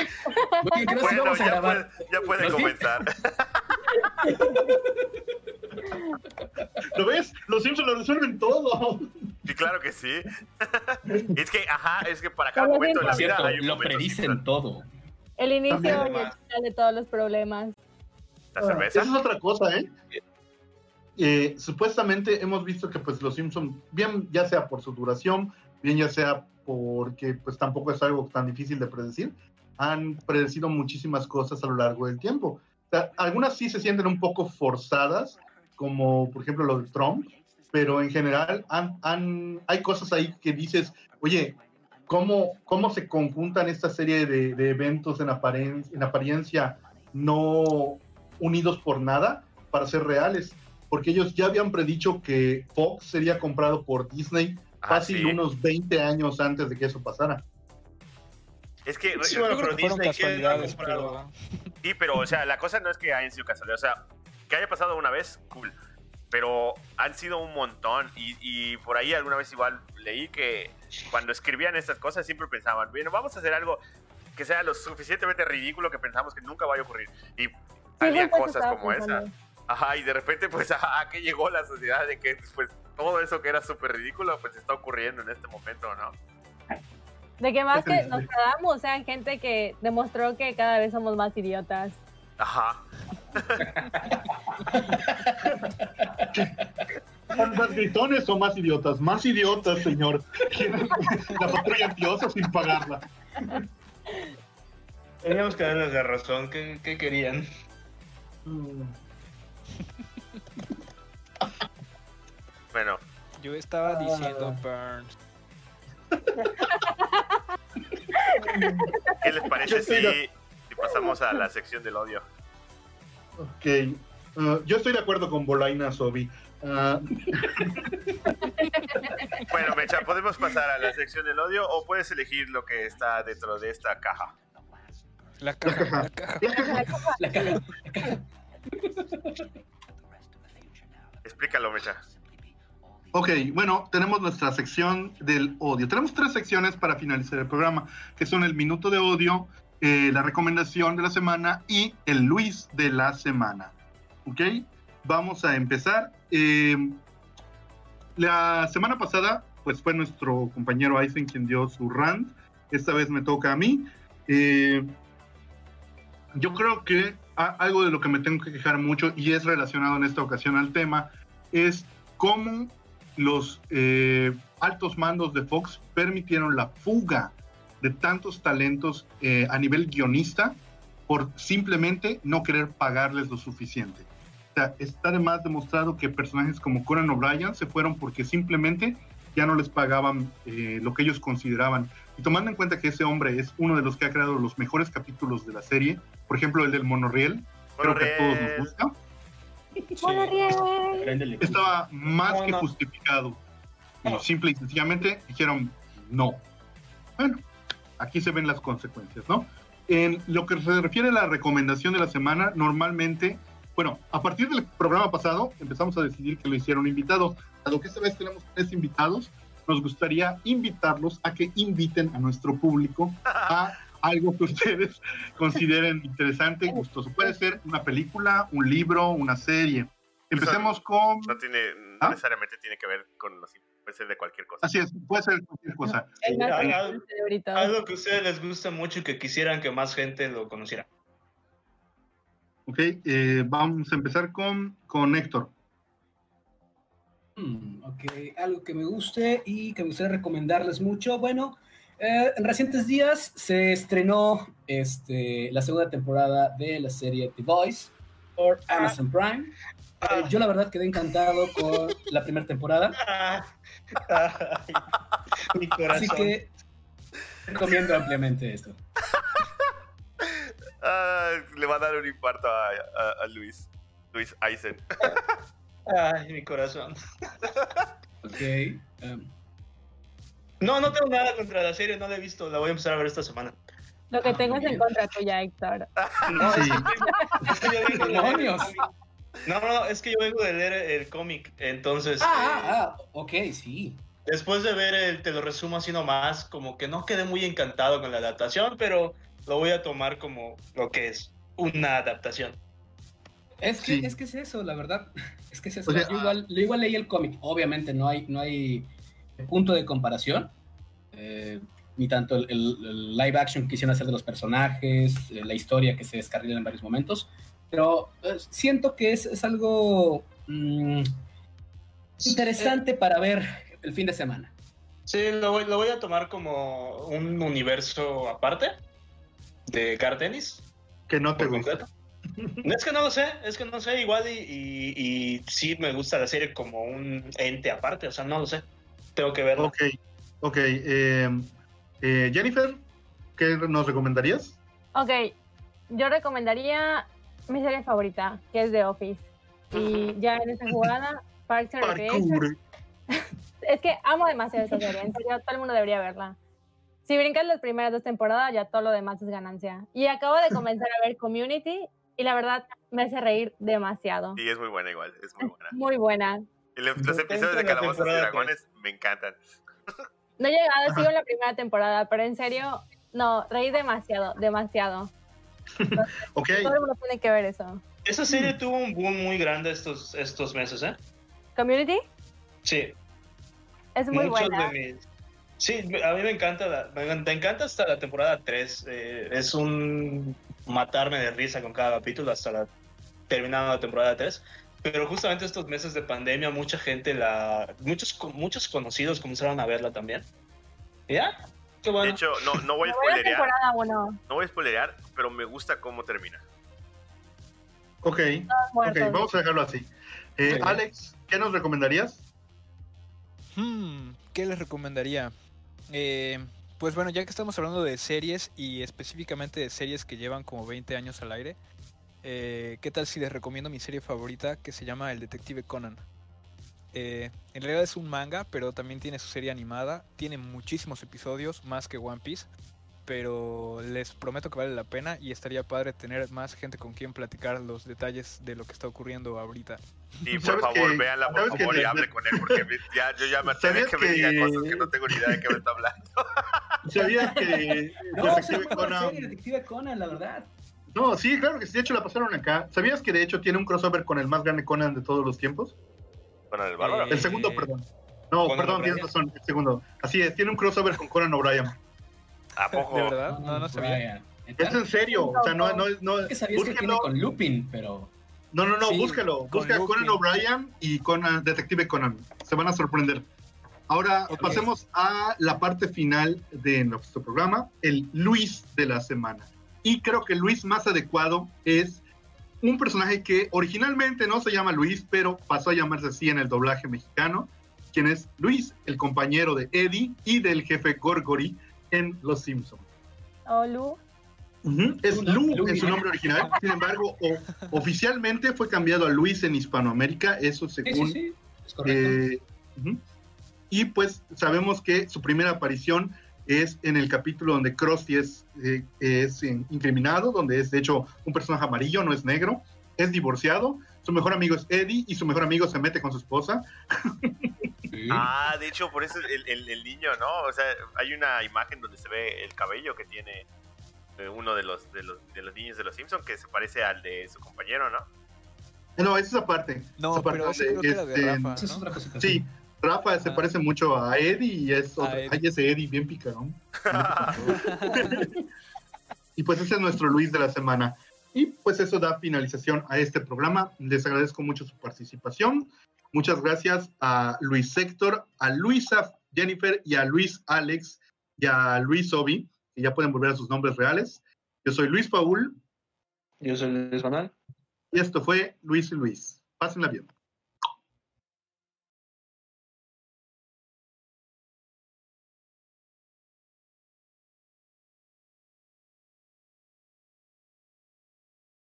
Oye, creo que sí bueno, vamos a ya puede, grabar. ya puede ¿No, sí? comenzar. ¿Lo ves? Los Simpsons lo resuelven todo. Sí, claro que sí. Es que, ajá, es que para cada momento de la vida hay un lo momento predicen Simpson. todo. El inicio y También, el final de todos los problemas. La Esa cerveza. es otra cosa, ¿eh? Eh, supuestamente hemos visto que pues los Simpsons, bien ya sea por su duración, bien ya sea porque pues tampoco es algo tan difícil de predecir, han predecido muchísimas cosas a lo largo del tiempo. O sea, algunas sí se sienten un poco forzadas, como por ejemplo lo de Trump, pero en general han, han, hay cosas ahí que dices, oye, ¿cómo, cómo se conjuntan esta serie de, de eventos en, aparen en apariencia no unidos por nada para ser reales? Porque ellos ya habían predicho que Fox sería comprado por Disney Ah, fácil sí. unos veinte años antes de que eso pasara. Es que, Sí, Yo bueno, creo pero que fueron Disney, ¿quién lo ha casualidades, comprado? pero... sí, pero, o sea, la cosa no es que hayan sido casualidades. O sea, que haya pasado una vez, cool. Pero han sido un montón. Y, y por ahí alguna vez igual leí que cuando escribían estas cosas siempre pensaban, bueno, vamos a hacer algo que sea lo suficientemente ridículo que pensamos que nunca vaya a ocurrir. Y había justo eso cosas estaba como pensando. esa. Ajá, y de repente, pues, ajá, que llegó la sociedad de que, pues, todo eso que era súper ridículo, pues, está ocurriendo en este momento, ¿no? De que más Qué que triste. nos quedamos, o sea, gente que demostró que cada vez somos más idiotas. Ajá. ¿Más gritones o más idiotas? Más idiotas, señor. ¿Quieren la patrulla antiosa sin pagarla? Teníamos que darles la razón. ¿Qué, qué querían? Bueno, Yo estaba diciendo Burns. ¿qué les parece Yo estoy si, de- si pasamos a la sección del odio? Ok. Uh, yo estoy de acuerdo con Bolaina Sobi. Uh, Bueno, Mecha, ¿podemos pasar a la sección del odio o puedes elegir lo que está dentro de esta caja? La caja, la caja. La caja, la caja. Explícalo, Mecha. ok, bueno, tenemos nuestra sección del odio. Tenemos tres secciones para finalizar el programa, que son el minuto de odio, eh, la recomendación de la semana y el Luis de la semana. Ok, vamos a empezar. Eh, la semana pasada, pues fue nuestro compañero Aizen quien dio su rant. Esta vez me toca a mí. Eh, yo creo que a, algo de lo que me tengo que quejar mucho, y es relacionado en esta ocasión al tema, es cómo los eh, altos mandos de Fox permitieron la fuga de tantos talentos eh, a nivel guionista por simplemente no querer pagarles lo suficiente. O sea, está de más demostrado que personajes como Conan O'Brien se fueron porque simplemente ya no les pagaban eh, lo que ellos consideraban. Y tomando en cuenta que ese hombre es uno de los que ha creado los mejores capítulos de la serie, por ejemplo, el del monorriel, creo que a todos nos gusta, Préndele. estaba más No, que no. justificado. Y No. simple y sencillamente dijeron no. Bueno, aquí se ven las consecuencias, ¿no? En lo que se refiere a la recomendación de la semana, normalmente, bueno, a partir del programa pasado empezamos a decidir que lo hicieron invitados. Dado que esta vez tenemos tres invitados, nos gustaría invitarlos a que inviten a nuestro público a algo que ustedes consideren interesante y gustoso. Puede ser una película, un libro, una serie. Empecemos con... No tiene, no ¿Ah? necesariamente tiene que ver con los... Puede ser de cualquier cosa. Así es, puede ser cualquier cosa. El más Algo- pequeño cerebrito. Algo que a ustedes les gusta mucho y que quisieran que más gente lo conociera. Ok, eh, vamos a empezar con, con Héctor. Mm, ok, algo que me guste y que me gustaría recomendarles mucho. Bueno, eh, en recientes días se estrenó este, la segunda temporada de la serie The Voice por Amazon Prime. Eh, yo la verdad quedé encantado con la primera temporada, Ah, ay, mi corazón. así que recomiendo ampliamente esto. Ah, le va a dar un infarto a, a- a Luis. Luis Eisen. Ay, mi corazón. Ok, um, No, no tengo nada contra la serie, no la he visto, la voy a empezar a ver esta semana. Lo que Ah, tengo muy es en bien. contra tuya, Héctor. No, Sí. es, que, es que yo vengo de leer el Demonios. cómic. No, no, es que yo vengo de leer el cómic, entonces ah, eh, ah, ah, ok, sí. después de ver el te lo resumo así nomás, como que no quedé muy encantado con la adaptación, pero lo voy a tomar como lo que es, una adaptación. Es que, Sí. es que es eso, la verdad. Es que es eso. O sea, yo, igual, yo igual leí el cómic. Obviamente no hay, no hay punto de comparación. Eh, ni tanto el, el- el live action que quisieron hacer de los personajes, eh, la historia que se descarrila en varios momentos. Pero eh, siento que es, es algo mm, interesante para ver el fin de semana. Sí, lo voy, lo voy a tomar como un universo aparte de Car Tennis. Que no te Por gusta. completo. No, es que no lo sé, es que no sé, igual y, y, y sí me gusta la serie como un ente aparte, o sea, no lo sé, tengo que verlo. Ok, ok. eh, eh, Jennifer, ¿qué nos recomendarías? Ok, yo recomendaría mi serie favorita, que es The Office. Y ya en esta jugada, Parks and Recreation. Parkour. Es que amo demasiado esa serie, en serio, todo el mundo debería verla. Si brincas las primeras dos temporadas, ya todo lo demás es ganancia. Y acabo de comenzar a ver Community y la verdad me hace reír demasiado. Sí, es muy buena igual, es muy buena. Muy buena. Y Los, los Depende episodios de de la Calabozos y temporada, Dragones me encantan. No he llegado, Ajá. sigo en la primera temporada, pero en serio, no, reí demasiado, demasiado. Ok, Todo el mundo tiene que ver eso. Esa serie tuvo un boom muy grande estos, estos meses, ¿eh? Community Sí, es muy muchos buena. de mis... Sí, a mí me encanta, la, me, me encanta hasta la temporada tres, eh, es un matarme de risa con cada capítulo hasta la terminada la temporada tres. Pero justamente estos meses de pandemia, mucha gente la. Muchos, muchos conocidos comenzaron a verla también. ¿Ya? Qué bueno. De hecho, no, no voy a Me voy a spoilerear, temporada uno, no voy a spoilerear, pero me gusta cómo termina. ok, todos ok, muertos. vamos a dejarlo así. Eh, Sí. Alex, ¿qué nos recomendarías? Hmm, ¿qué les recomendaría? Eh, pues bueno, ya que estamos hablando de series y específicamente de series que llevan como veinte años al aire, eh, ¿qué tal si les recomiendo mi serie favorita que se llama El Detective Conan? Eh, en realidad es un manga, pero también tiene su serie animada, tiene muchísimos episodios, más que One Piece, pero les prometo que vale la pena y estaría padre tener más gente con quien platicar los detalles de lo que está ocurriendo ahorita. Y por ¿Sabes favor, que- véanla, por sabes que favor, y de- hable con él, porque me- ya, yo ya me atrevo ¿Sabías que me diga que- cosas que no tengo ni idea de qué me está hablando. ¿Sabías que No, se Detective llama Conan... serie Detective Conan, la verdad. No, sí, claro que sí, de hecho la pasaron acá. ¿Sabías que de hecho tiene un crossover con el más grande Conan de todos los tiempos? Bueno, el bárbaro. Eh, El segundo, perdón. No, Conan perdón, O'Brien. tienes razón, el segundo. Así es, tiene un crossover con Conan O'Brien. ¿A poco? ¿De verdad? No, no sabía. Brian. Es en serio, o sea, no, no, no, Es que sabías que tiene búsquenlo. con Lupin, pero... No, no, no, Sí, búscalo. con Busca Lupin. Conan O'Brien y Conan, Detective Conan. Se van a sorprender. Ahora Ok. pasemos a la parte final de nuestro programa, el Luis de la semana. Y creo que el Luis más adecuado es un personaje que originalmente no se llama Luis, pero pasó a llamarse así en el doblaje mexicano, quien es Luis, el compañero de Eddie y del jefe Gorgory en Los Simpsons. Olu. Ujú, Es Luna, Lu Luna. en su nombre original, sin embargo, o- oficialmente fue cambiado a Luis en Hispanoamérica, eso Sí, según... sí, sí, es correcto. eh, ujú. Y pues sabemos que su primera aparición es en el capítulo donde Krusty es, eh, es eh, incriminado, donde es de hecho un personaje amarillo, no es negro, es divorciado, su mejor amigo es Eddie y su mejor amigo se mete con su esposa. Sí. Ah, de hecho, por eso el, el, el niño, ¿no? O sea, hay una imagen donde se ve el cabello que tiene eh, uno de los, de los, de los niños de los Simpsons que se parece al de su compañero, ¿no? No, es esa parte. No, esa parte pero ese donde, creo que era de este, Rafa, Esa es ¿no? otra cosita. Sí, Rafa se Ah. parece mucho a Eddie y es otro, Eddie. ay, ese Eddie bien picarón. Y pues ese es nuestro Luis de la semana. Y pues eso da finalización a este programa. Les agradezco mucho su participación. Muchas gracias a Luis Héctor, a Luisa Jennifer y a Luis Alex y a Luis Obi, que ya pueden volver a sus nombres reales. Yo soy Luis Paul Yo soy Luis Manuel. y esto fue Luis y Luis. Pásenla bien.